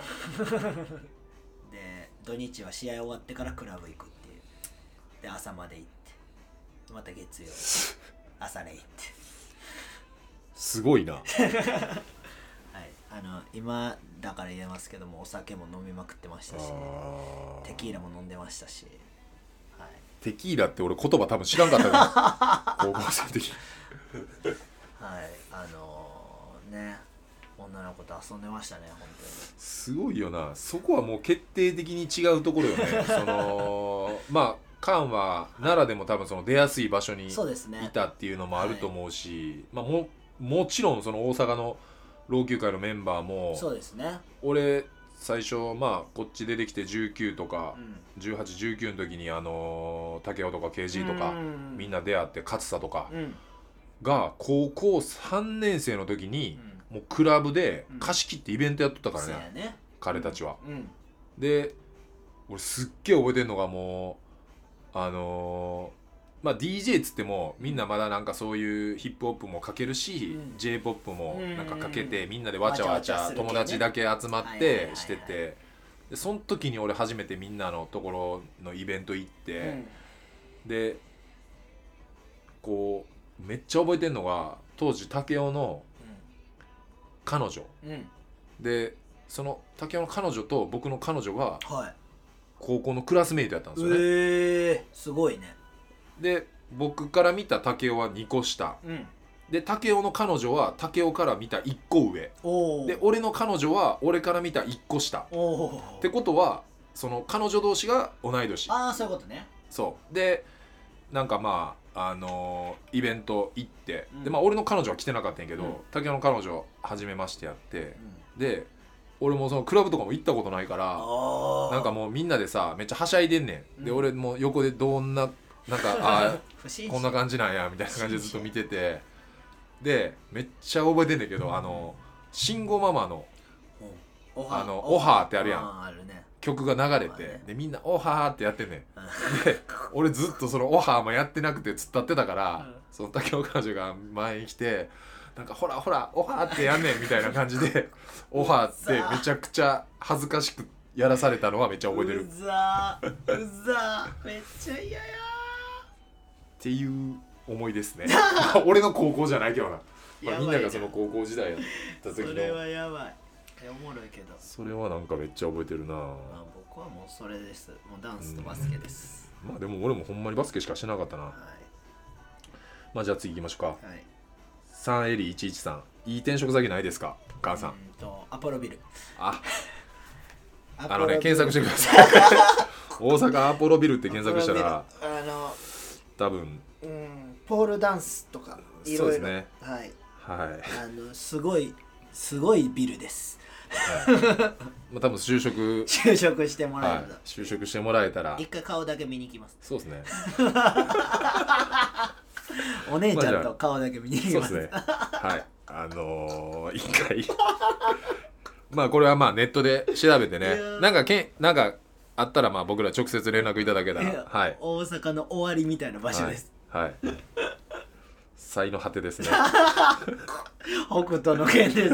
で土日は試合終わってからクラブ行くっていう。で朝まで行ってまた月曜朝練行ってすごいな。はい、 あの今だから言えますけども、お酒も飲みまくってましたし、テキーラも飲んでましたし、 はい、テキーラって俺言葉多分知らんかったから高校生の時はい、あのー、ね、女の子と遊んでましたね。本当にすごいよな。そこはもう決定的に違うところよね。そのまあカンは奈良でも多分その出やすい場所にいたっていうのもあると思うし、う、ね、はい、まあ、も, もちろんその大阪の老朽会のメンバーもそうですね。 俺最初まあこっち出てきてじゅうきゅうとか、うん、じゅうはち、じゅうきゅうの時にあの武雄とか ケージー とかみんな出会って勝田とかが高校さんねん生の時にもうクラブで貸し切ってイベントやっとったからね、うん、ね、彼たちは、うんうん、で俺すっげえ覚えてんのがもうあのーまあ ディージェー っつってもみんなまだなんかそういうヒップホップもかけるし、うん、J-ポップ もなんかかけてみんなでわちゃわちゃ友達だけ集まってしてて、でその時に俺初めてみんなのところのイベント行って、うん、でこうめっちゃ覚えてんのが当時武雄の彼女、うん、でその武雄の彼女と僕の彼女が高校のクラスメイトやったんですよね、 えー、すごいね。 で僕から見た武雄はにこ下、うん、で武雄の彼女は武雄から見たいっこ上で、俺の彼女は俺から見たいっこ下ってことはその彼女同士が同い年。 ああそういうことね。 そうでなんかまああのー、イベント行って、うん、でまあ俺の彼女は来てなかったんやけど、うん、武雄の彼女初めましてやって、うん、で俺もそのクラブとかも行ったことないからなんかもうみんなでさめっちゃはしゃいでんねん、うん、で俺も横でどんななんかあこんな感じなんやみたいな感じでずっと見てて、でめっちゃ覚えてんだけど、あの慎吾ママのあのオハーってあるやん、 曲が流れて、ね、でみんなオハーってやってんねんで俺ずっとそのオハーもやってなくて突っ立ってたから、うん、その竹岡女が前に来てなんかほらほらオハーってやんねんみたいな感じでオハーってめちゃくちゃ恥ずかしくやらされたのはめっちゃ覚えてる。 うざーうざーめっちゃ嫌やっていう思いですね俺の高校じゃないけどな、まあ、みんながその高校時代やった時のそれはやばい。おもろいけどそれはなんかめっちゃ覚えてるな。まあ、僕はもうそれです。もうダンスとバスケです、 うん、まあでも俺もほんまにバスケしかしてなかったな、はい、まあじゃあ次行きましょうか、はい、さんエリいちいちさんいい転職先ないですか母さん。うんとアポロビル。 ああのね検索してください大阪アポロビルって検索したらあの多分、 うん、ポールダンスとかいろいろ。 そうですね。 はい、 はい、 あのすごいすごいビルです、 はいまあ、多分就職就職してもらえる、はい、 就職してもらえたら一回顔だけ見に行きます。 そうですねお姉ちゃんと顔だけ見に行きます、 そうですね。はいあのー、一回まあこれはまあネットで調べてねなんかけなんかあったらまあ僕ら直接連絡いただけたら、はい、 大阪の終わりみたいな場所です。 はい、はい、才の果てですね北斗の拳です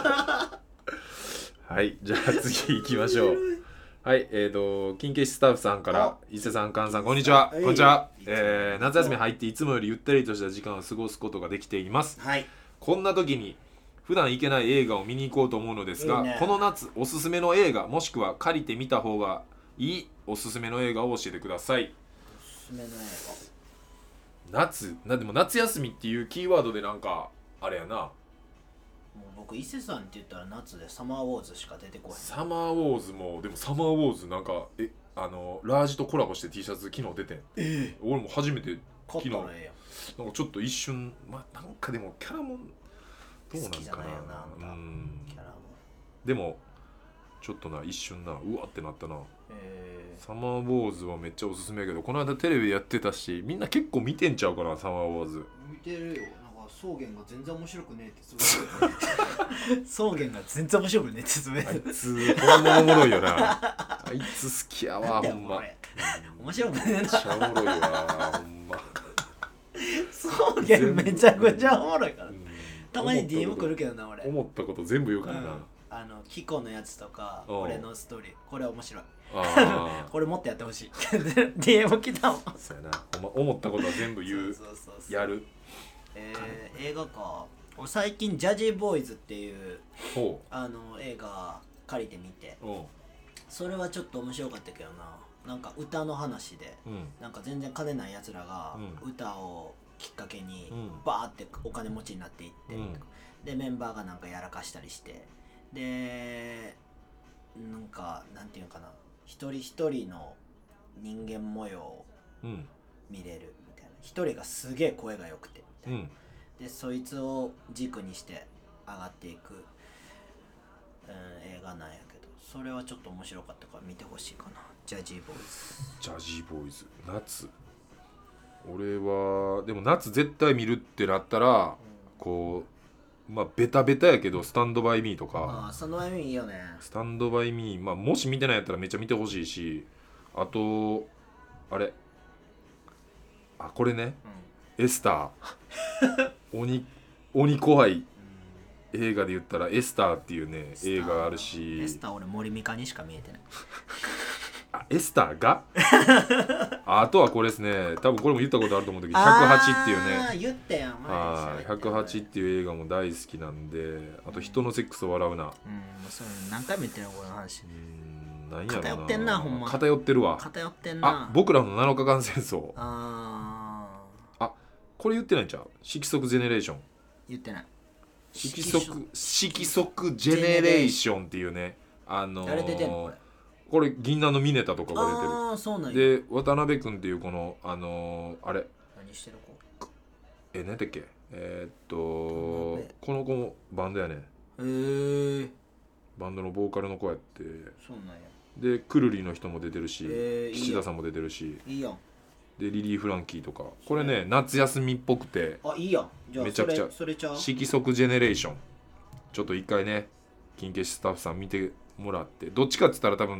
はいじゃあ次行きましょう。はいえーと金消しスタッフさんから伊勢さん菅さんこんにちは。こんにちは、えー、夏休み入っていつもよりゆったりとした時間を過ごすことができています、はい、こんな時に普段行けない映画を見に行こうと思うのですがいい、ね、この夏おすすめの映画もしくは借りてみた方がいいおすすめの映画を教えてください。 おすすめの映画夏なでも夏休みっていうキーワードでなんかあれやな。もう僕伊勢さんって言ったら夏でサマーウォーズしか出てこない。 サマーウォーズもでもサマーウォーズなんかえあのラージとコラボして T シャツ昨日出てん、えー、俺も初めて昨日なんかちょっと一瞬まあなんかでもキャラもどうなんかな。好きじゃないよな、うんキャラもでもちょっとな一瞬なうわってなったな、えー、サマーウォーズはめっちゃおすすめやけどこの間テレビでやってたしみんな結構見てんちゃうかなサマーウォーズ。 見てるよ。なんか草原が全然面白くねえってつぶや草原が全然面白くねえってつぶやあいつほんまおもろいよなあいつ好きやわほんま面白くねえな。めっちゃおもろいわほんま草原めちゃくちゃおもろいから、うん、たまに ディーエム 来るけどな俺思ったこと全部言うからな、うん、 あのキコのやつとか俺のストーリーこれ面白いあこれもっとやってほしいディーエム 来たもん。 そうやなほんま思ったことは全部言うそうそうそうそうやる。 えー、映画か俺最近ジャジーボーイズっていうあの映画借りてみてそれはちょっと面白かったけどな。なんか歌の話で、うん、なんか全然金ないやつらが歌をきっかけにバーってお金持ちになっていって、うん、でメンバーがなんかやらかしたりしてでなんかなんていうかな一人一人の人間模様を見れるみたいな。一人がすげえ声が良くてみたいな、うん、でそいつを軸にして上がっていく、うん、映画なんやけどそれはちょっと面白かったから見てほしいかな。ジャジーボーイズジャジーボーイズ夏俺はでも夏絶対見るってなったら、うん、こうまあベタベタやけどスタンドバイミーとか。 あスタンドバイミーいいよね。 スタンドバイミー、まあ、もし見てないやったらめっちゃ見てほしいしあとあれあこれね、うん、エスター鬼鬼怖い映画で言ったらエスターっていうね映画あるしエスター俺森美香にしか見えてないあエスターがあ, あとはこれですね多分これも言ったことあると思うんだけどひゃくはちっていうねあ言ったやんあひゃくはちっていう映画も大好きなんであと人のセックスを笑うなうんそれ何回も言ってるのこの話うん何やろな偏ってんなほんま偏ってるわ偏ってんなあ僕らのなのかかん戦争ああこれ言ってないんちゃう色即ジェネレーション言ってない色即色即ジェネレーションっていうねあのー、 誰出てんのこれこれ銀杏のミネタとかが出てる。 ああそうなんや。 で渡辺君っていうこのあのー、あれ何してる子え何だっけえー、っとこの子もバンドやねん。へえバンドのボーカルの子やってそうなんや。 でくるりの人も出てるし岸田さんも出てるしいいやんでリリー・フランキーとかこれね夏休みっぽくてあいいやんじゃあめちゃくちゃそれちゃう色即ジェネレーションちょっと一回ね金消しスタッフさん見てもらってどっちかって言ったら多分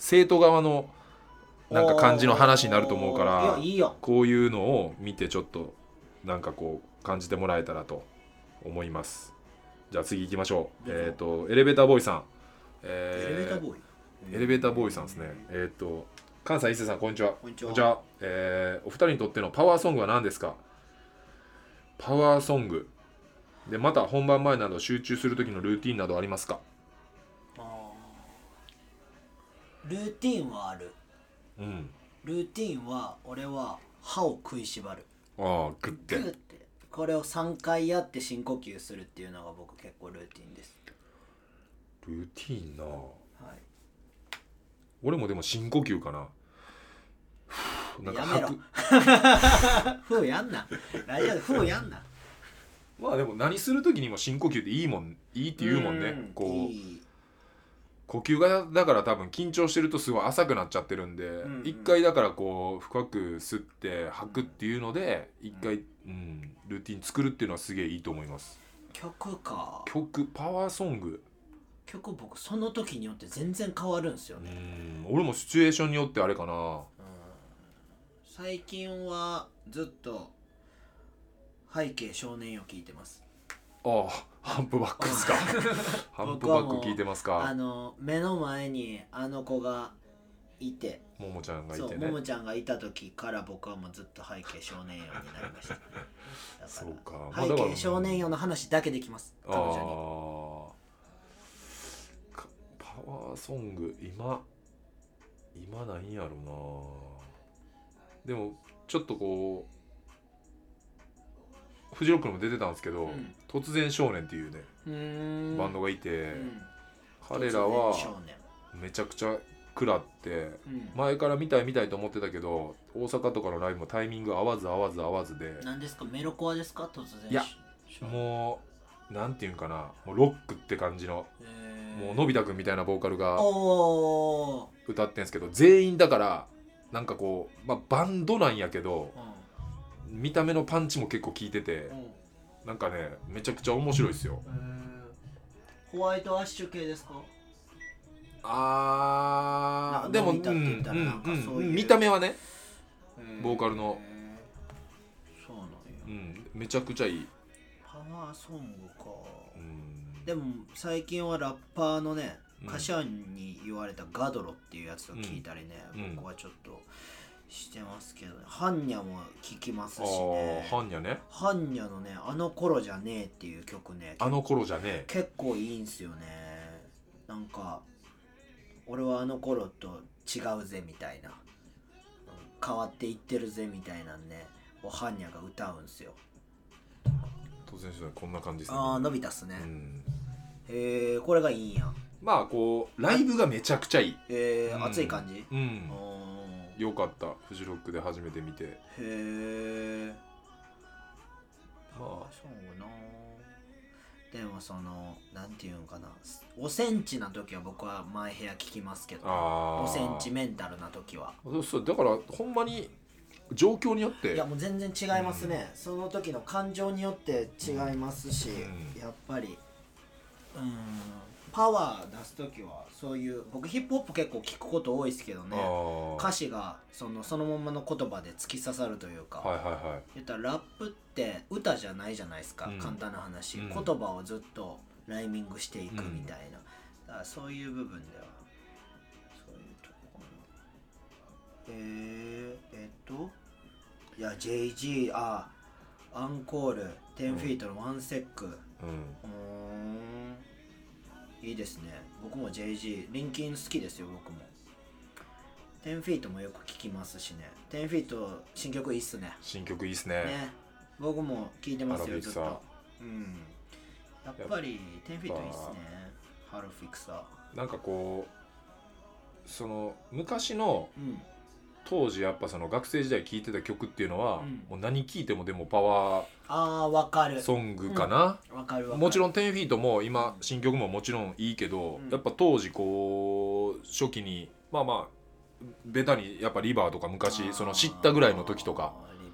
生徒側のなんか感じの話になると思うから、 いやいいよ、 こういうのを見てちょっとなんかこう感じてもらえたらと思います。じゃあ次行きましょう。えっ、ー、とエレベーターボーイさん、えー、 エレベーターボーイエレベーターボーイさんですね。えっ、ー、と関西一生さん、こんにちは。 こんにちは。 えー、お二人にとってのパワーソングは何ですか？パワーソングで、また本番前など集中する時のルーティンなどありますか？ あルーティンはある。 うん。 ルーティンは俺は歯を食いしばる。 ああ、グッて。 グッて。これをさんかいやって深呼吸するっていうのが僕結構ルーティンです。 ルーティンな。はい。 俺もでも深呼吸かな。 なんか吐く。ふうやんな。大丈夫、ふうやんな。 まあでも何する時にも深呼吸っていいもん、いいって言うもんね。うんこういい呼吸がだから多分緊張してるとすごい浅くなっちゃってるんで、うんうん、一回だからこう深く吸って吐くっていうので一回、うんうん、ルーティン作るっていうのはすげえいいと思います。 曲か。 曲、パワーソング。 曲僕その時によって全然変わるんですよね。 うん、俺もシチュエーションによってあれかな。うん、 最近はずっと背景少年よ聞いてます。 ああ、ハンプバックですか。ハンプバック聞いてますか。 あの目の前にあの子がいて、 ももちゃんがいてね。 そう、ももちゃんがいた時から僕はもうずっと背景少年よになりました。だからそうか。 背景少年よの話だけできます。彼女に。 パワーソング今今なんやろな。でもちょっとこう。フジロックにも出てたんですけど、うん、突然少年っていうねバンドがいて、うん、彼らはめちゃくちゃ食らって、うん、前から見たい見たいと思ってたけど大阪とかのライブもタイミング合わず合わず合わずで。 何ですか、メロコアですか？突然。 いやもうなんていうんかな、もうロックって感じの、もうのび太くんみたいなボーカルが歌ってんすけど、全員だからなんかこう、まあ、バンドなんやけど、うん、見た目のパンチも結構効いてて、うん、なんかねめちゃくちゃ面白いですよ。 ホワイトアッシュ系ですか？ あーでも見た目はねボーカルのそうなんや、 うん、めちゃくちゃいいパワーソングか。うんでも最近はラッパーのねカシャンに言われたガドロっていうやつを聞いたりね、うん、僕はちょっとしてますけど、ね、ハンニャも聞きますしね。 ハンニャね。 ハンニャのねあの頃じゃねえっていう曲ね、 あの頃じゃねえ結構いいんすよね。なんか俺はあの頃と違うぜみたいな、変わっていってるぜみたいなんねハンニャが歌うんすよ。 当然こんな感じですね。 ああ伸びたっすね、うん、へえこれがいいんや。 まあこうライブがめちゃくちゃいい。 へえ、うん、熱い感じ。 うん、よかった。フジロックで初めて見て。へえ。まあそうな。でもそのなんていうんかな、ごセンチな時は僕は前部屋聞きますけど、ごセンチメンタルな時は。 そうそう、だからほんまに状況によって。 いやもう全然違いますね、うん、その時の感情によって違いますし、うん、やっぱりうんパワー出す時はそういう、僕ヒップホップ結構聞くこと多いですけどね、歌詞がそのそのままの言葉で突き刺さるというか、 はいはいはい、 言ったらラップって歌じゃないじゃないですか、うん、簡単な話、うん、言葉をずっとライミングしていくみたいな、うん、だからそういう部分ではそういうとこかな。えー、えっといや ジェイジー あアンコールじゅうフィートのワンセック、うん、うーんいいですね。僕も ジェイジー リンキン好きですよ。僕もじゅうフィートもよく聞きますしね。じゅうフィート新曲いいっすね。 新曲いいっすね。ね僕も聞いてますよずっと。うん。やっぱりじゅうフィートいいっすね。ハルフィクサー。 なんかこうその昔の、うん当時やっぱその学生時代聴いてた曲っていうのは、うん、もう何聴いてもでもパワーソングかな。 うん、わかるわかる。 もちろんじゅうフィートも今新曲ももちろんいいけど、うん、やっぱ当時こう初期にまあまあベタにやっぱリバーとか昔その知ったぐらいの時とか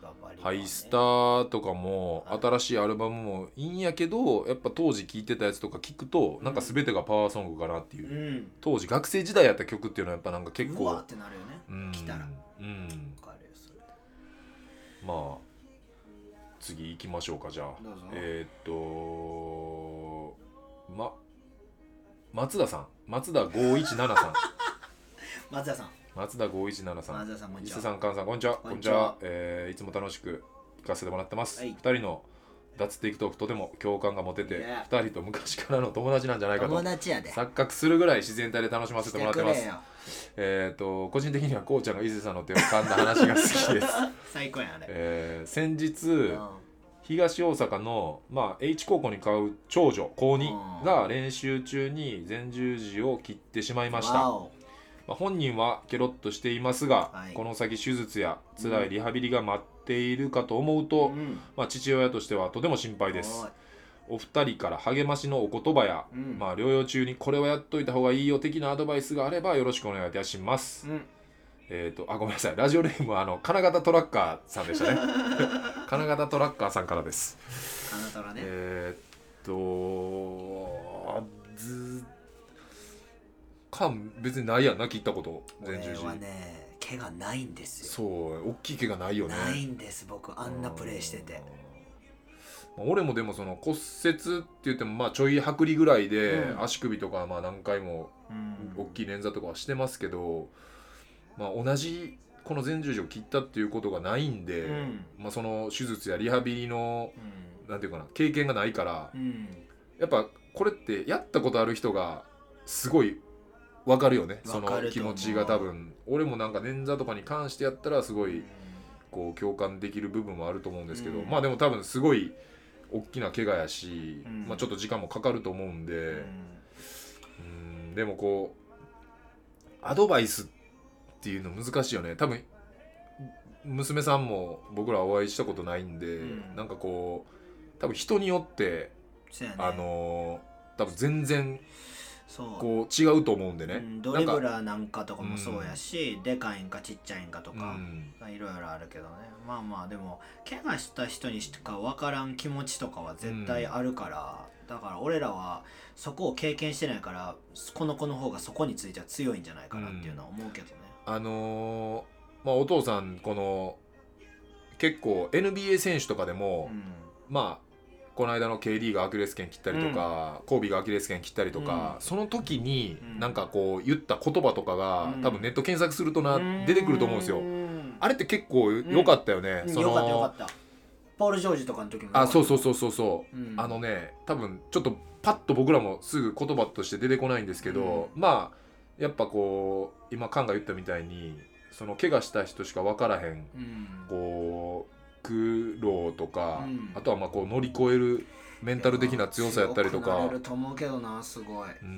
バリはねハイスターとかも新しいアルバムもいいんやけど、やっぱ当時聴いてたやつとか聞くとなんか全てがパワーソングかなっていう、うん、当時学生時代やった曲っていうのはやっぱなんか結構うわってなるよね、うん、来たら、 うん、分かるよそれ。まあ次行きましょうか。じゃあえー、っとま松田さん、松田ごいちななさん松田さん松田ごいちななさん、 松田さんこんにちは。 伊勢さん、菅さんこんにちは。こんにちは。えー、いつも楽しく聞かせてもらってます。はい、ふたりの脱テイクトークとても共感が持てて、ふたりと昔からの友達なんじゃないかと錯覚するぐらい自然体で楽しませてもらってます。えっ、ー、と個人的にはこうちゃんが伊勢さんの手を噛んだ話が好きです。 最高やね。 えー、先日、うん、東大阪の、まあ、H 高校に通う長女高にが練習中に前十字を切ってしまいました。まあ、本人はケロッとしていますが、はい、この先手術や辛いリハビリが待っているかと思うと、うん、まあ、父親としてはとても心配です。お二人から励ましのお言葉や、うん、まあ、療養中にこれはやっといた方がいいよ的なアドバイスがあればよろしくお願いいたします。うん、えっ、ー、とあごめんなさい、ラジオネームはあの金型トラッカーさんでしたね。金型トラッカーさんからです。 金トラね。 えっ、ー、とずか別にないやんな、聞いたこと前十字。 俺はね毛がないんですよ。 そう大きい毛がないよね。 ないんです僕、あんなプレーしてて。 俺もでもその骨折って言ってもまあちょい剥離ぐらいで、うん、足首とかまあ何回も大きい捻挫とかはしてますけど、まあ、同じこの前十字を切ったっていうことがないんで、うん、まあ、その手術やリハビリの、うん、なんていうかな経験がないから、うん、やっぱこれってやったことある人がすごい分かるよね、その気持ちが。多分俺もなんか捻挫とかに関してやったらすごいこう共感できる部分もあると思うんですけど、うん、まあでも多分すごい大きな怪我やし、うん、まあ、ちょっと時間もかかると思うんで、うん、うんでもこうアドバイスっていうの難しいよね。多分娘さんも僕らお会いしたことないんで、うん、なんかこう多分人によって、ね、あの多分全然こう違うと思うんでね、うん、 ドリブラーなんかとかもそうやし、うん、でかいんかちっちゃいんかとか、うん、いろいろあるけどね。まあまあでも怪我した人にしか分からん気持ちとかは絶対あるから、うん、だから俺らはそこを経験してないからこの子の方がそこについては強いんじゃないかなっていうのは思うけどね、 うん、あのー、まあお父さんこの結構 エヌビーエー 選手とかでも、うん、まあこの間の ケーディー がアキレス腱切ったりとか、うん、コービーがアキレス腱切ったりとか、うん、その時になんかこう言った言葉とかが、うん、多分ネット検索するとな、うん、出てくると思うんですよ。あれって結構良かったよね、 うん、そのよかったよかった。ポール・ジョージとかの時もあそうそうそうそうそう、うん、あのね多分ちょっとパッと僕らもすぐ言葉として出てこないんですけど、うん、まあやっぱこう今カンが言ったみたいにその怪我した人しか分からへん、うん、こう苦労とか、うん、あとはまあこう乗り越えるメンタル的な強さやったりとか、 強くなれると思うけどな、すごい、 うん、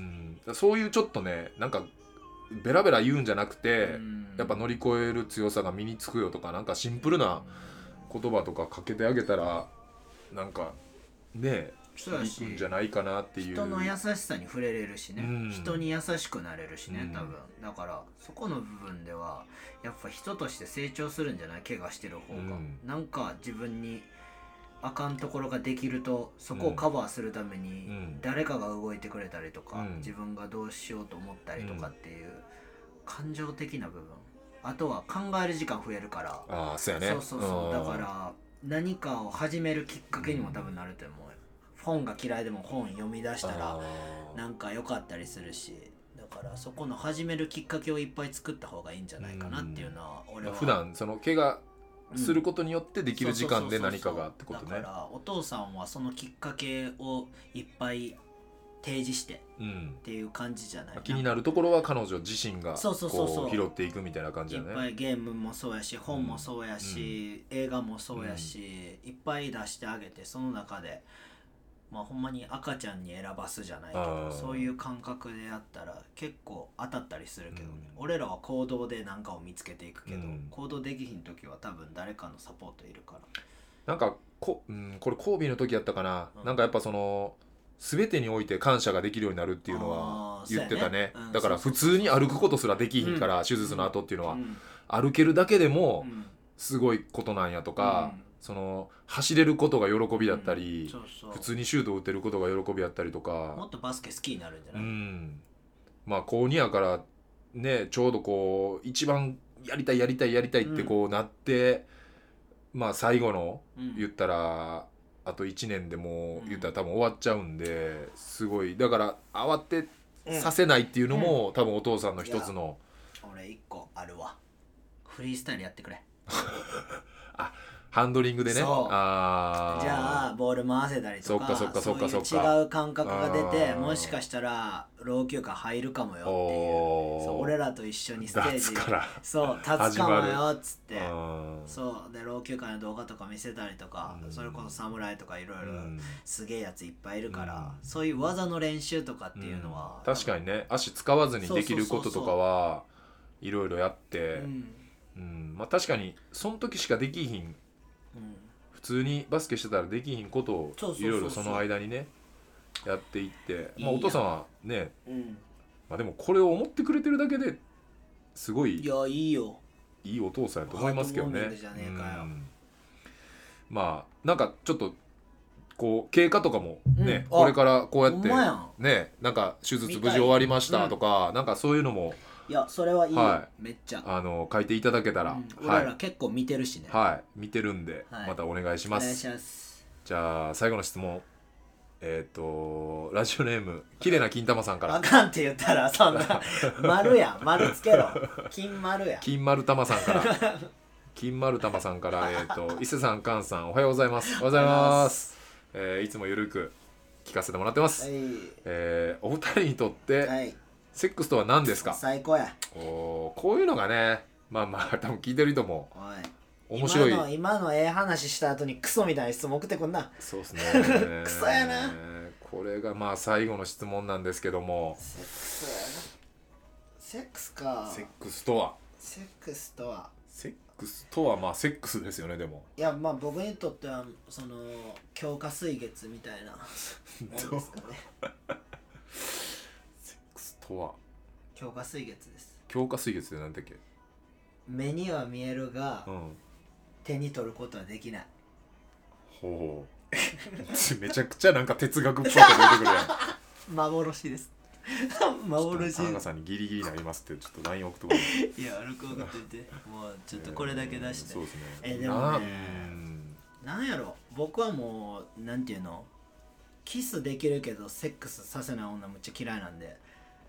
そういうちょっとねなんかベラベラ言うんじゃなくて、うん、やっぱ乗り越える強さが身につくよとか、なんかシンプルな言葉とかかけてあげたらなんかねいくんじゃないかなっていう。 人の優しさに触れれるしね、うん、人に優しくなれるしね、多分、うん、だからそこの部分ではやっぱ人として成長するんじゃない、怪我してる方が、うん、なんか自分にあかんところができるとそこをカバーするために誰かが動いてくれたりとか、うん、自分がどうしようと思ったりとかっていう感情的な部分、あとは考える時間増えるから、 あそうやね、 そうそうそう、だから何かを始めるきっかけにも多分なると思うよ。本が嫌いでも本読み出したらなんか良かったりするし、だからそこの始めるきっかけをいっぱい作った方がいいんじゃないかなっていうのは俺は、 普段その怪我することによってできる時間で何かがってことね。 だからお父さんはそのきっかけをいっぱい提示してっていう感じじゃない、うん、 気になるところは彼女自身がこう拾っていくみたいな感じだね。 いっぱいゲームもそうやし本もそうやし、うん、映画もそうやし、うん、いっぱい出してあげて、その中でまあほんまに赤ちゃんに選ばすじゃないけど、そういう感覚でやったら結構当たったりするけどね、うん、俺らは行動で何かを見つけていくけど、うん、行動できひん時は多分誰かのサポートいるから。 なんかこ、うん、これコービーの時やったかな、うん、なんかやっぱその全てにおいて感謝ができるようになるっていうのは言ってた ね, ね、うん、だから普通に歩くことすらできひんから、うん、手術の後っていうのは、うん、歩けるだけでも、うん、 すごいことなんやとか、うん、その走れることが喜びだったり、うん、そうそう普通にシュートを打てることが喜びだったりとか、 もっとバスケ好きになるんじゃない？うん、 まあ高にやからね、ちょうどこう一番やりたいやりたいやりたいってこうなって、うん、まあ最後の、うん、言ったらあといちねんでもう言ったら多分終わっちゃうんで、すごいだから慌てさせないっていうのも、うん、多分お父さんの一つの。 俺一個あるわ、フリースタイルやってくれあ、ハンドリングでね。 あじゃあボール回せたりとか、そっかそっかそっかそっか、そういう違う感覚が出て、もしかしたら老朽化入るかもよっていう、そう俺らと一緒にステージそう立つかもよっつって、そうで老朽化の動画とか見せたりとか、うん、それこそ侍とかいろいろすげえやついっぱいいるから、うん、そういう技の練習とかっていうのは、 うん、確かにね、足使わずにできることとかはいろいろやって、うんうん、まあ確かにその時しかできひん、うん、普通にバスケしてたらできひんことをいろいろその間にねやっていって、まあ、お父さんはね、うん、まあ、でもこれを思ってくれてるだけですごいいやいいよいいお父さんやと思いますけどね。うん、まあなんかちょっとこう経過とかもね、うん、これからこうやってね、なんか手術無事終わりましたとか、うん、なんかそういうのもいやそれはいいよ、はい、めっちゃあの書いていただけたら、うん、 俺ら結構見てるしね、 はい、見てるんで、はい、またお願いします。 お願いします。 じゃあ最後の質問、えっ、ー、とラジオネーム綺麗な金玉さんから。 あかんって言ったらそんな丸やん、丸つけろ、金丸や金丸玉さんから金丸玉さんからえっ、ー、と伊勢さん菅さんおはようございます。おはようございます。えー、いつもゆるく聞かせてもらってます、はい、えー、お二人にとって、はい、セックスとは何ですか？ 最高や。 おこういうのがね、まあまあ多分聞いてる人も面白い。 今の今のええ話した後にクソみたいな質問送ってくんな。 そうですねクソやな。 これがまあ最後の質問なんですけども、 セックスやな。セックスか。 セックスとはセックスとはセックスとはまあセックスですよね。でもいやまあ僕にとってはその強化水月みたいなどうですかねセックスとは強化水月です。 強化水月って何だっけ？ 目には見えるが、うん、手に取ることはできない。 ほうめちゃくちゃなんか哲学っぽいこと出てくるやん幻です幻。 田中さんにギリギリになりますってちょっと ライン 送ってこい。 いや歩く送っててもうちょっとこれだけ出して、えー、そうですね。えでもねな、なんやろ、僕はもうなんていうの、キスできるけどセックスさせない女むっちゃ嫌いなんで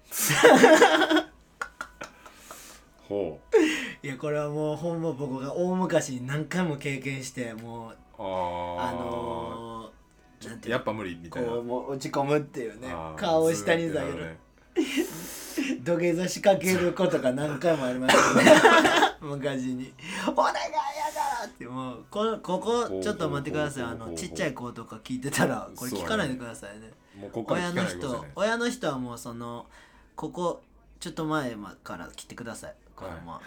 ほういやこれはもうほんま僕が大昔に何回も経験して、もうあ、あのー、なんていうやっぱ無理みたいな、 こうもう落ち込むっていうね、顔を下に下げる、ね、土下座仕掛けることが何回もありましたね昔にお願いやだって、もうこここちょっと待ってください、あのちっちゃい子とか聞いてたらこれ聞かないでくださいね。もうここ親の人親の人はもうそのここちょっと前から来てください。これも、はい、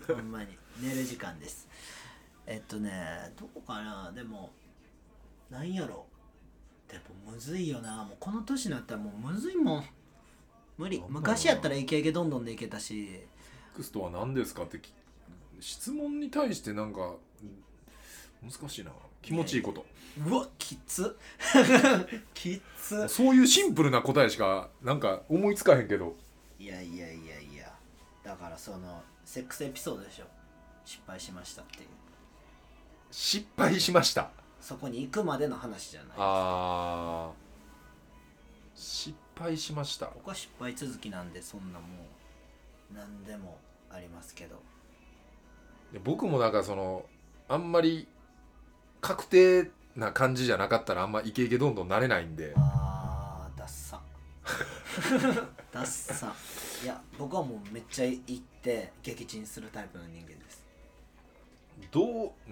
ほんまに寝る時間です。えっとねどこかな、でもなんやろ、でもむずいよな、もうこの年になったらもうむずいもん、無理。昔やったらイケイケどんどんでいけたし。 セックスとは何ですかって質問に対してなんか難しいな。気持ちいいこと。 うわきつきつ。 そういうシンプルな答えしかなんか思いつかへんけど。 いやいやいやいや、だからそのセックスエピソードでしょ、失敗しましたっていう。 失敗しました、 そこに行くまでの話じゃないですか。 あ失敗しました。 僕は失敗続きなんで、そんなもう何でもありますけど。 僕もなんかそのあんまり確定な感じじゃなかったらあんまイケイケどんどんなれないんで。 あーダッサダッサ。いや僕はもうめっちゃ行って撃沈するタイプの人間です。 どう、うん、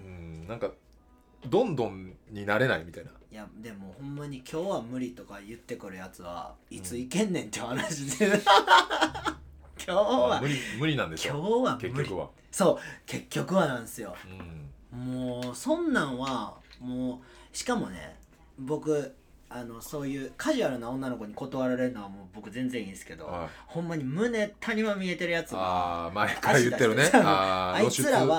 なんかどんどんになれないみたいな。 いやでもほんまに今日は無理とか言ってくるやつはいついけんねんって話で、うん、今日は無理無理なんでしょ。 今日は無理、 結局はそう結局はなんですよ、うん、もうそんなんはもうしかもね僕あのそういうカジュアルな女の子に断られるのはもう僕全然いいんですけど、はい、ほんまに胸谷間見えてるやつがあ前から言ってるねあ, あいつらは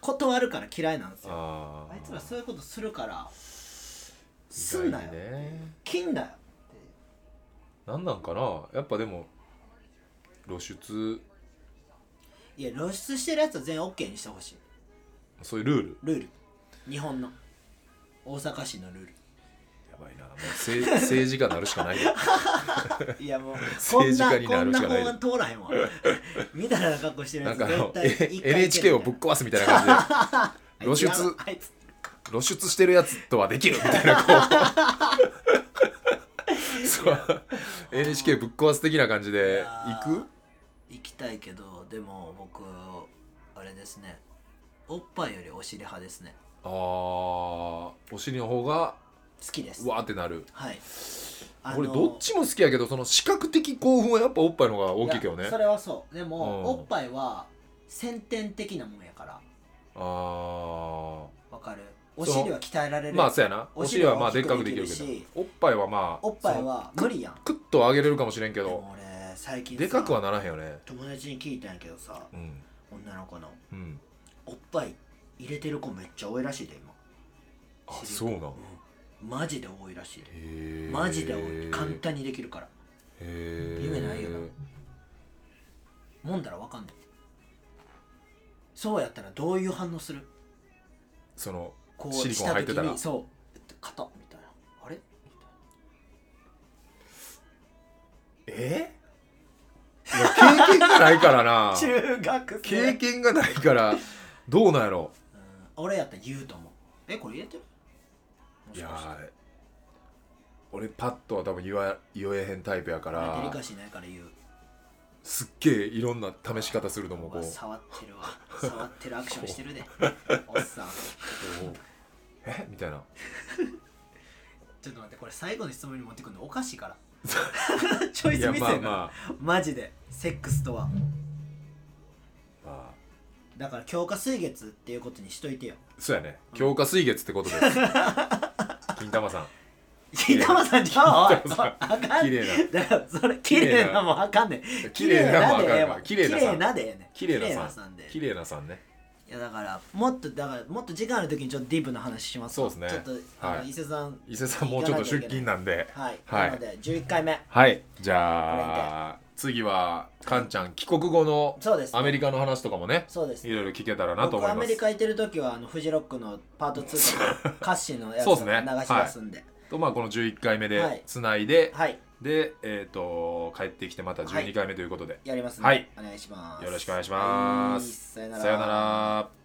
断るから嫌いなんですよ。 ああいつらそういうことするからすんなよ、 ね、 金だよってなんなんかなやっぱでも露出いや露出してるやつは全員 OK にしてほしい。 そういうルールルール日本の大阪市のルールやばいなもう政政治家なるしかないよいやもう政治家になるしかないこんな法案通らへんわみたいな格好してるやつなんかあの絶対一回エヌエイチケー をぶっ壊すみたいな感じで露出あいつ露出してるやつとはできるみたいなこうそう エヌエイチケー ぶっ壊す的な感じで行く行きたいけどでも僕あれですねおっぱいよりお尻派ですね。 あーお尻の方が好きです。 うわーってなる。 はい、あの俺どっちも好きやけどその視覚的興奮はやっぱおっぱいの方が大きいけどね。 それはそうでも、 うんおっぱいは先天的なもんやからあーわかる。お尻は鍛えられる。 まあそうやなお尻はまあでっかくできるけどおっぱいはまあおっぱいは無理やん。 クッと上げれるかもしれんけどでも俺最近さでかくはならへんよね。 友達に聞いたんやけどさ、 うん女の子のうんおっぱい入れてる子めっちゃ多いらしいで今。 あそうなん、 うんマジで多いらしいで。 へーマジで多い。簡単にできるからへー夢ないよな。もんだらわかんない。そうやったらどういう反応する。 そのこうシリコン入ってたらした時にそう肩みたいなあれみたいなえいや経験がないからな中学生経験がないからどうなんやろ。 うん俺やったら言うと思う。えこれ入れてるもいやしかしてー俺パッとは多分言わ言えへんタイプやかデリらカシーないから言う。 すっげえいろんな試し方すると思うこううわ触ってるわ触ってるアクションしてるでおっさん。 こうえみたいなちょっと待ってこれ最後の質問に持ってくるのおかしいからチョイいやスミスやから、 まあまあマジでセックスとはまあだから強化水月っていうことにしといてよ。 そうやね強化水月ってことです金玉さん金玉さんじゃあおい金玉さんあかん綺麗だからそれ綺麗なもんあかんねん。 綺麗なもんあかんでええわ綺麗なさん綺麗なでええねん。 綺麗なさんんで綺麗なさんねいやだからもっとだからもっと時間ある時にちょっとディープな話しますわ。 そうですねちょっとあのはい伊勢さん伊勢さんもうちょっと出勤なんではい、 はいなのでじゅういっかいめはいじゃあ次はカンちゃん帰国後のそうですねアメリカの話とかもねそうですいろいろ聞けたらなと思います。 僕アメリカ行ってる時はあのフジロックのパートツーとか歌詞のやつを流そうですねしますんでとまあこのじゅういっかいめはいでつないで、 はいでえっ、と帰ってきてまたじゅうにかいめということで、 やりますね、 はいお願いします。 よろしくお願いしますはいさよならさよなら。